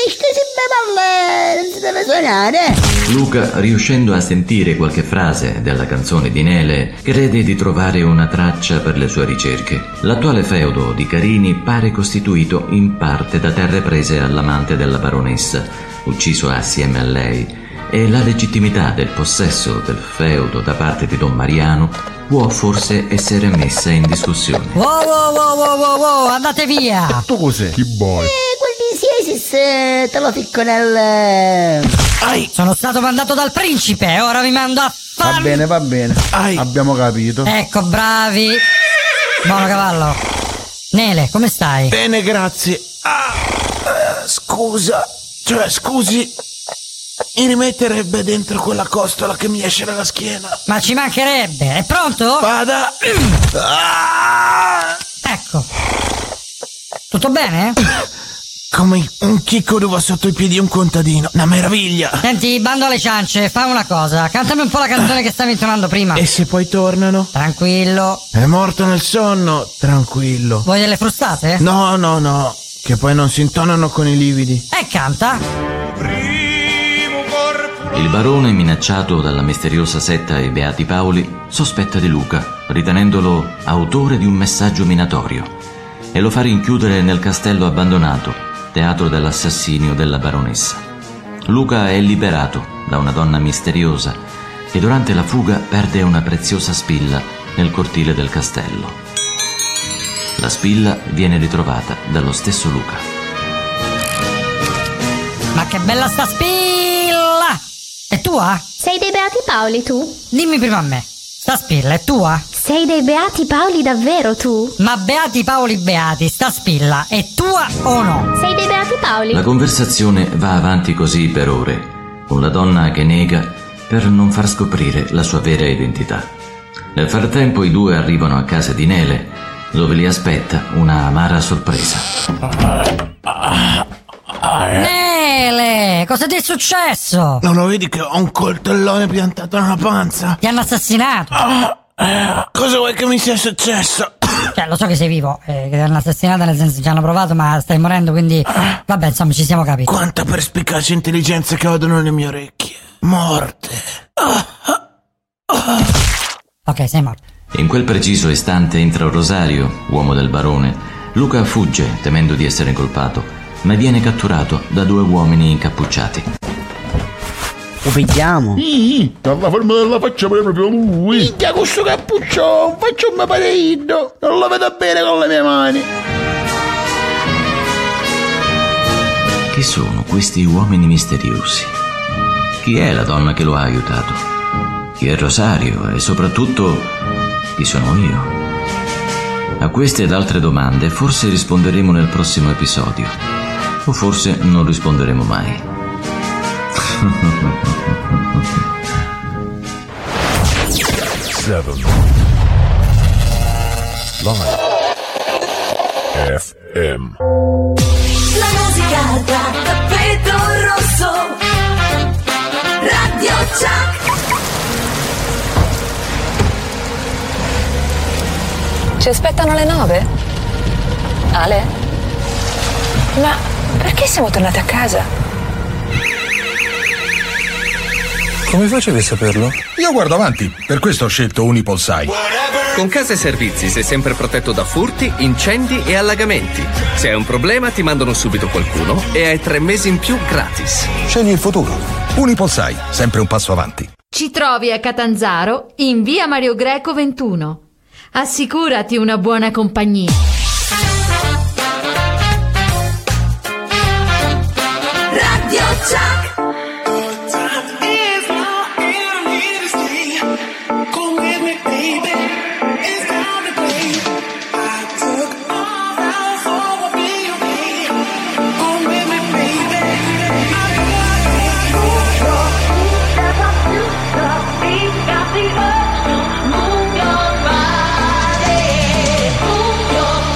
[SPEAKER 21] Non si deve suonare.
[SPEAKER 7] Luca, riuscendo a sentire qualche frase della canzone di Nele, crede di trovare una traccia per le sue ricerche. L'attuale feudo di Carini pare costituito in parte da terre prese all'amante della baronessa, ucciso assieme a lei, e la legittimità del possesso del feudo da parte di Don Mariano può forse essere messa in discussione.
[SPEAKER 6] Wow, andate via!
[SPEAKER 5] Tu cos'è? Chi vuoi?
[SPEAKER 21] Quel di Siesis te lo ficco nel.
[SPEAKER 6] Sono stato mandato dal principe e ora vi mando a
[SPEAKER 5] Va bene. Abbiamo capito.
[SPEAKER 6] Ecco, bravi. Buono cavallo. Nele, come stai?
[SPEAKER 4] Bene, grazie. Scusi, mi rimetterebbe dentro quella costola che mi esce dalla schiena.
[SPEAKER 6] Ma ci mancherebbe. È pronto?
[SPEAKER 4] Vada.
[SPEAKER 6] Ecco. Tutto bene?
[SPEAKER 4] come un chicco d'uva sotto i piedi di un contadino. Una meraviglia.
[SPEAKER 6] Senti, bando alle ciance, fai una cosa. Cantami un po' la canzone che stavi intonando prima.
[SPEAKER 4] E se poi tornano?
[SPEAKER 6] Tranquillo.
[SPEAKER 4] È morto nel sonno? Tranquillo.
[SPEAKER 6] Vuoi delle frustate?
[SPEAKER 4] No, che poi non si intonano con i lividi.
[SPEAKER 6] Canta.
[SPEAKER 7] Il barone, minacciato dalla misteriosa setta ai Beati Paoli, sospetta di Luca, ritenendolo autore di un messaggio minatorio, e lo fa rinchiudere nel castello abbandonato, teatro dell'assassinio della baronessa. Luca è liberato da una donna misteriosa che durante la fuga perde una preziosa spilla nel cortile del castello. La spilla viene ritrovata dallo stesso Luca.
[SPEAKER 6] Ma che bella sta spilla! È tua?
[SPEAKER 9] Sei dei Beati Paoli tu?
[SPEAKER 6] Dimmi prima a me, sta spilla è tua?
[SPEAKER 9] Sei dei Beati Paoli davvero tu?
[SPEAKER 6] Ma Beati Paoli beati, sta spilla è tua o no?
[SPEAKER 9] Sei dei Beati Paoli?
[SPEAKER 7] La conversazione va avanti così per ore, con la donna che nega per non far scoprire la sua vera identità. Nel frattempo i due arrivano a casa di Nele, dove li aspetta una amara sorpresa.
[SPEAKER 6] Nele, cosa ti è successo?
[SPEAKER 4] Non lo vedi che ho un coltellone piantato nella panza?
[SPEAKER 6] Ti hanno assassinato?
[SPEAKER 4] Cosa vuoi che mi sia successo?
[SPEAKER 6] Cioè, lo so che sei vivo, che ti hanno assassinato, nel senso ci hanno provato, ma stai morendo, quindi vabbè, insomma, ci siamo capiti.
[SPEAKER 4] Quanta perspicace intelligenza che odono nelle mie orecchie. Morte.
[SPEAKER 6] Ok, sei morto.
[SPEAKER 7] In quel preciso istante entra Rosario, uomo del barone. Luca fugge, temendo di essere incolpato, ma viene catturato da due uomini incappucciati.
[SPEAKER 5] Lo vediamo. Dalla forma della faccia proprio lui.
[SPEAKER 4] Minchia, questo cappuccione, faccio un pareino. Non lo vedo bene con le mie mani.
[SPEAKER 7] Chi sono questi uomini misteriosi? Chi è la donna che lo ha aiutato? Chi è Rosario? E soprattutto, chi sono io? A queste ed altre domande forse risponderemo nel prossimo episodio. O forse non risponderemo mai.
[SPEAKER 12] 7 Live FM.
[SPEAKER 11] La musica da tappeto rosso. Radio Chuck.
[SPEAKER 23] Ci aspettano le 9? Ale? Ma perché siamo tornati a casa?
[SPEAKER 12] Come facevi a saperlo? Io guardo avanti, per questo ho scelto Unipolsai.
[SPEAKER 24] Con Casa e Servizi sei sempre protetto da furti, incendi e allagamenti. Se hai un problema ti mandano subito qualcuno e hai 3 mesi in più gratis.
[SPEAKER 12] Scegli il futuro. Unipolsai, sempre un passo avanti.
[SPEAKER 25] Ci trovi a Catanzaro in via Mario Greco 21. Assicurati una buona compagnia.
[SPEAKER 11] Radio Chuck. Move your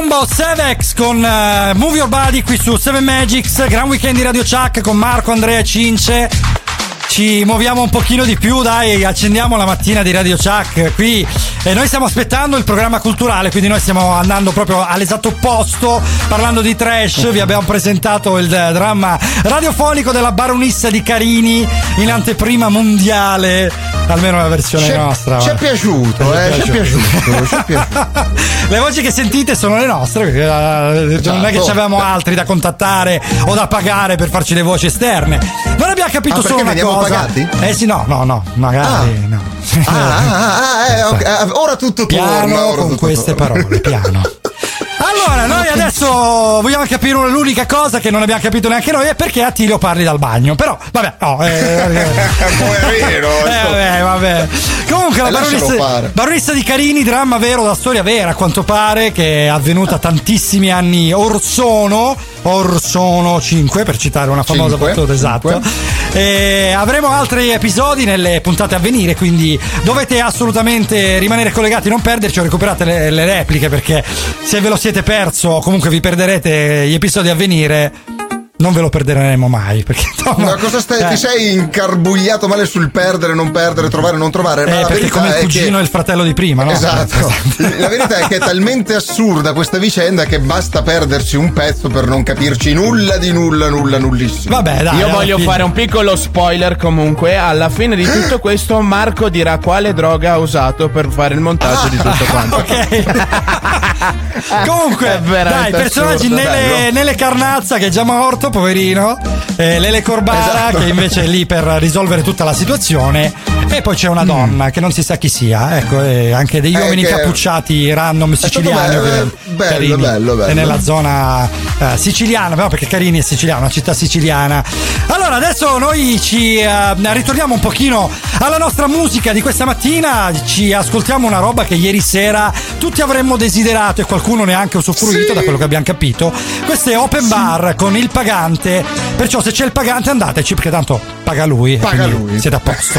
[SPEAKER 3] Rainbow Sevex con Move Your Body qui su 7 Magics. Gran weekend di Radio Chuck con Marco, Andrea e Cince. Ci muoviamo un pochino di più, dai, accendiamo la mattina di Radio Chuck qui e noi stiamo aspettando il programma culturale, quindi noi stiamo andando proprio all'esatto opposto, parlando di trash. Vi abbiamo presentato il dramma radiofonico della baronessa di Carini in anteprima mondiale, almeno la versione nostra.
[SPEAKER 1] Ci è piaciuto, ci è piaciuto.
[SPEAKER 3] Le voci che sentite sono le nostre, perché non è che ci avevamo altri da contattare o da pagare per farci le voci esterne. Non abbiamo capito solo una cosa.
[SPEAKER 1] Pagati?
[SPEAKER 3] Sì, no, magari no.
[SPEAKER 1] Okay. Ora tutto
[SPEAKER 3] piano
[SPEAKER 1] torna.
[SPEAKER 3] Con queste parole, piano. Allora, noi adesso vogliamo capire l'unica cosa che non abbiamo capito neanche noi è perché Attilio parli dal bagno. Però, vabbè, vabbè. Comunque, la baronessa di Carini, dramma vero, da storia vera, a quanto pare, che è avvenuta tantissimi anni or sono 5, per citare una famosa battuta, esatto. E avremo altri episodi nelle puntate a venire, quindi dovete assolutamente rimanere collegati, non perderci o recuperate le repliche, perché se ve lo siete perso o comunque vi perderete gli episodi a venire, non ve lo perderemo mai, perché
[SPEAKER 1] ma cosa ti sei incarbugliato male sul perdere, non perdere, trovare, non trovare? Ma la
[SPEAKER 3] perché come il cugino e il fratello di prima, no?
[SPEAKER 1] Esatto. La verità è che è talmente assurda questa vicenda che basta perderci un pezzo per non capirci nulla di nullissimo.
[SPEAKER 3] Vabbè, dai.
[SPEAKER 4] Io voglio fare un piccolo spoiler comunque. Alla fine di tutto questo Marco dirà quale droga ha usato per fare il montaggio di tutto quanto.
[SPEAKER 3] Ok. Comunque, dai, personaggi nelle Carnazza, che è già morto, poverino, Lele Corbara, esatto, che invece è lì per risolvere tutta la situazione, e poi c'è una donna che non si sa chi sia, ecco, anche degli uomini incappucciati random siciliani, bello. È nella zona siciliana, però, perché Carini è siciliana, una città siciliana. Allora adesso noi ci ritorniamo un pochino alla nostra musica di questa mattina, ci ascoltiamo una roba che ieri sera tutti avremmo desiderato e qualcuno ne ha anche usufruito, da quello che abbiamo capito. Questo è Open Bar con Il Pagante, perciò se c'è il pagante andateci, perché tanto paga lui, siete a posto.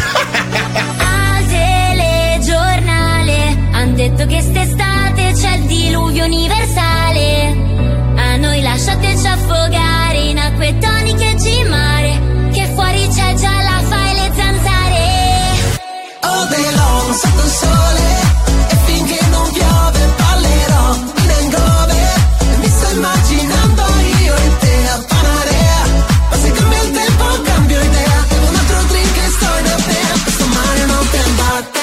[SPEAKER 10] Al telegiornale han detto che quest'estate c'è il diluvio universale, a noi lasciateci affogare in acque toniche e mare, che fuori c'è già la fa e le zanzare.
[SPEAKER 21] All day long sotto il sole, e finché non piove ballerò in hangover, e mi sto immaginando io e te a Panarea, ma se cambia il tempo cambio idea, e un altro drink e sto in apnea, questo mare non ti abbatte.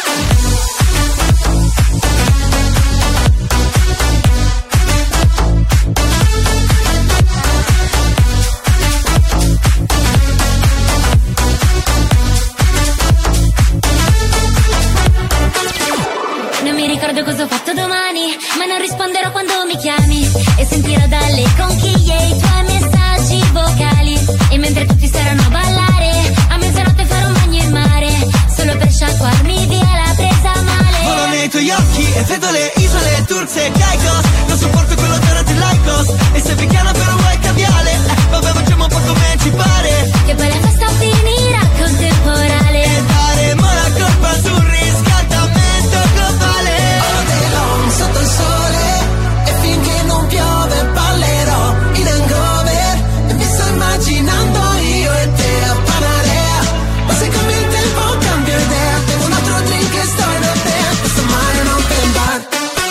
[SPEAKER 10] Cosa ho fatto domani, ma non risponderò quando mi chiami, e sentirò dalle conchiglie i tuoi messaggi vocali, e mentre tutti saranno a ballare, a mezzanotte farò un bagno in mare, solo per sciacquarmi via la presa male.
[SPEAKER 21] Volo nei tuoi occhi e vedo le isole Turks e Caicos, non sopporto quello di Laicos, e se picchiano però vuoi caviale, vabbè facciamo un po' come ci pare,
[SPEAKER 10] che poi la festa finirà col temporale,
[SPEAKER 21] e daremo la colpa sul riscaldamento globale. Sotto il sole, e finché non piove ballerò in hangover, e mi sto immaginando io e te a Panarea, ma se cambia il tempo cambio idea, bevo un altro drink e sto in apnea, questo mare non open bar.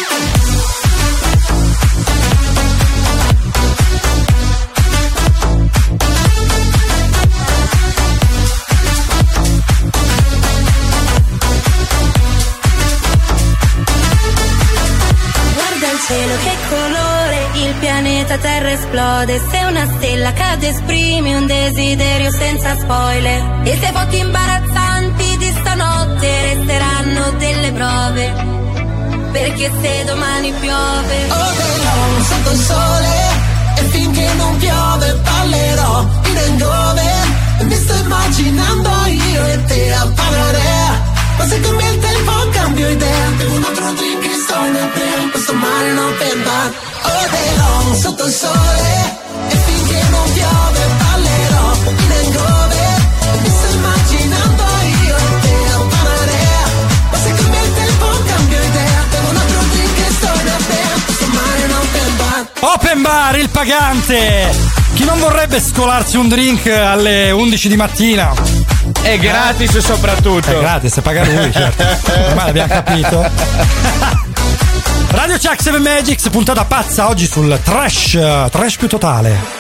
[SPEAKER 10] cielo, che colore, il pianeta Terra esplode, se una stella cade esprimi un desiderio senza spoiler, e se voti imbarazzanti di stanotte resteranno delle prove, perché se domani piove,
[SPEAKER 21] oh day sotto il sole, e finché non piove ballerò in hangover, e mi sto immaginando io e te a Panarea, ma se cambia il tempo cambio idea, bevo un altro drink e sto in apnea, questo mare non open bar. All day long sotto il sole, e finché non piove ballerò in hangover, e mi sto immaginando io e te a Panarea, ma se cambia il tempo cambio idea, bevo un altro drink e sto in apnea, questo mare non open bar.
[SPEAKER 3] Open Bar, il pagante. Chi non vorrebbe scolarsi un drink alle 11 di mattina?
[SPEAKER 4] È gratis soprattutto.
[SPEAKER 3] È gratis, paga lui, certo. Ormai l'abbiamo capito. Radio Chuck 7 Magics, puntata pazza oggi sul trash più totale.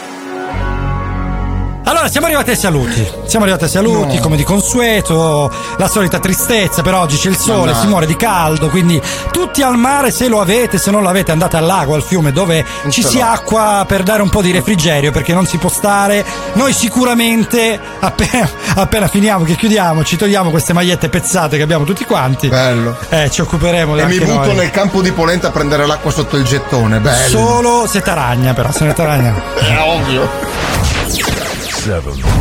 [SPEAKER 3] Allora, siamo arrivati ai saluti, come di consueto, la solita tristezza, per oggi c'è il sole, si muore di caldo, quindi tutti al mare se lo avete, se non lo avete andate al lago, al fiume, dove ci si acqua per dare un po' di refrigerio, perché non si può stare. Noi sicuramente, appena finiamo, che chiudiamo, ci togliamo queste magliette pezzate che abbiamo tutti quanti.
[SPEAKER 1] Bello.
[SPEAKER 3] Ci occuperemo
[SPEAKER 1] e mi butto
[SPEAKER 3] noi
[SPEAKER 1] nel campo di Polenta a prendere l'acqua sotto il gettone, bello.
[SPEAKER 3] Solo se t'aragna, però, se ne t'aragna.
[SPEAKER 1] È ovvio.
[SPEAKER 19] 7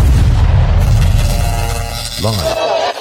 [SPEAKER 19] Live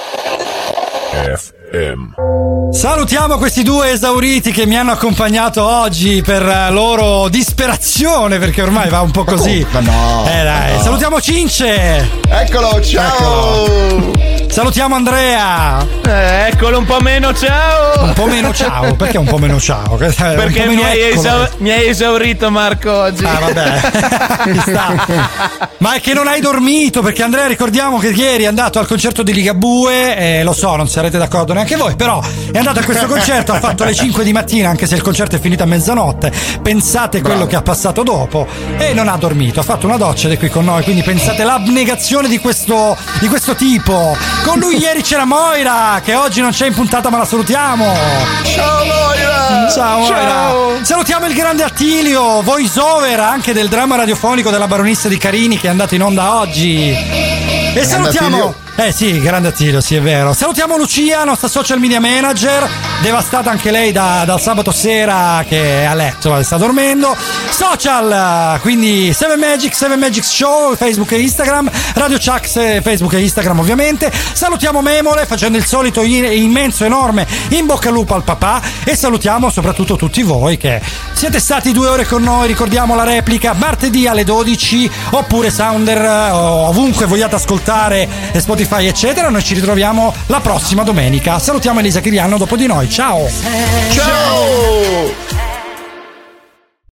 [SPEAKER 19] FM.
[SPEAKER 3] Salutiamo questi due esauriti che mi hanno accompagnato oggi per loro disperazione, perché ormai va un po' così.
[SPEAKER 1] Ma no.
[SPEAKER 3] Dai.
[SPEAKER 1] No.
[SPEAKER 3] Salutiamo Cince.
[SPEAKER 1] Eccolo, ciao.
[SPEAKER 3] Eccolo. Salutiamo Andrea.
[SPEAKER 4] Eccolo, un po' meno ciao.
[SPEAKER 3] Un po' meno ciao. Perché un po' meno ciao?
[SPEAKER 4] Perché mi hai esaurito, Marco, oggi.
[SPEAKER 3] Ah, vabbè. Ci sta. Ma è che non hai dormito, perché Andrea, ricordiamo che ieri è andato al concerto di Ligabue, lo so, non sarete d'accordo neanche voi, però è andato a questo concerto, ha fatto alle 5 di mattina, anche se il concerto è finito a mezzanotte. Pensate quello che ha passato dopo, e non ha dormito, ha fatto una doccia ed è qui con noi, quindi pensate l'abnegazione di questo tipo. Con lui ieri c'era Moira, che oggi non c'è in puntata, ma la salutiamo.
[SPEAKER 1] Ciao Moira.
[SPEAKER 3] Ciao Moira. Ciao. Salutiamo il grande Attilio, voice over anche del dramma radiofonico della baronessa di Carini, che è andato in onda oggi. E salutiamo
[SPEAKER 1] Attilio.
[SPEAKER 3] Sì, grande Attilio, sì, è vero. Salutiamo Lucia, nostra social media manager, devastata anche lei dal sabato sera, che è a letto, sta dormendo. Social, quindi 7 Magics Show, Facebook e Instagram, Radio Chuck, Facebook e Instagram ovviamente. Salutiamo Memole, facendo il solito immenso, enorme in bocca al lupo al papà, e salutiamo soprattutto tutti voi che siete stati 2 ore con noi. Ricordiamo la replica martedì alle 12, oppure Sounder, ovunque vogliate ascoltare, Spotify eccetera. Noi ci ritroviamo la prossima domenica. Salutiamo Elisa Chiriano dopo di noi. Ciao.
[SPEAKER 1] Ciao.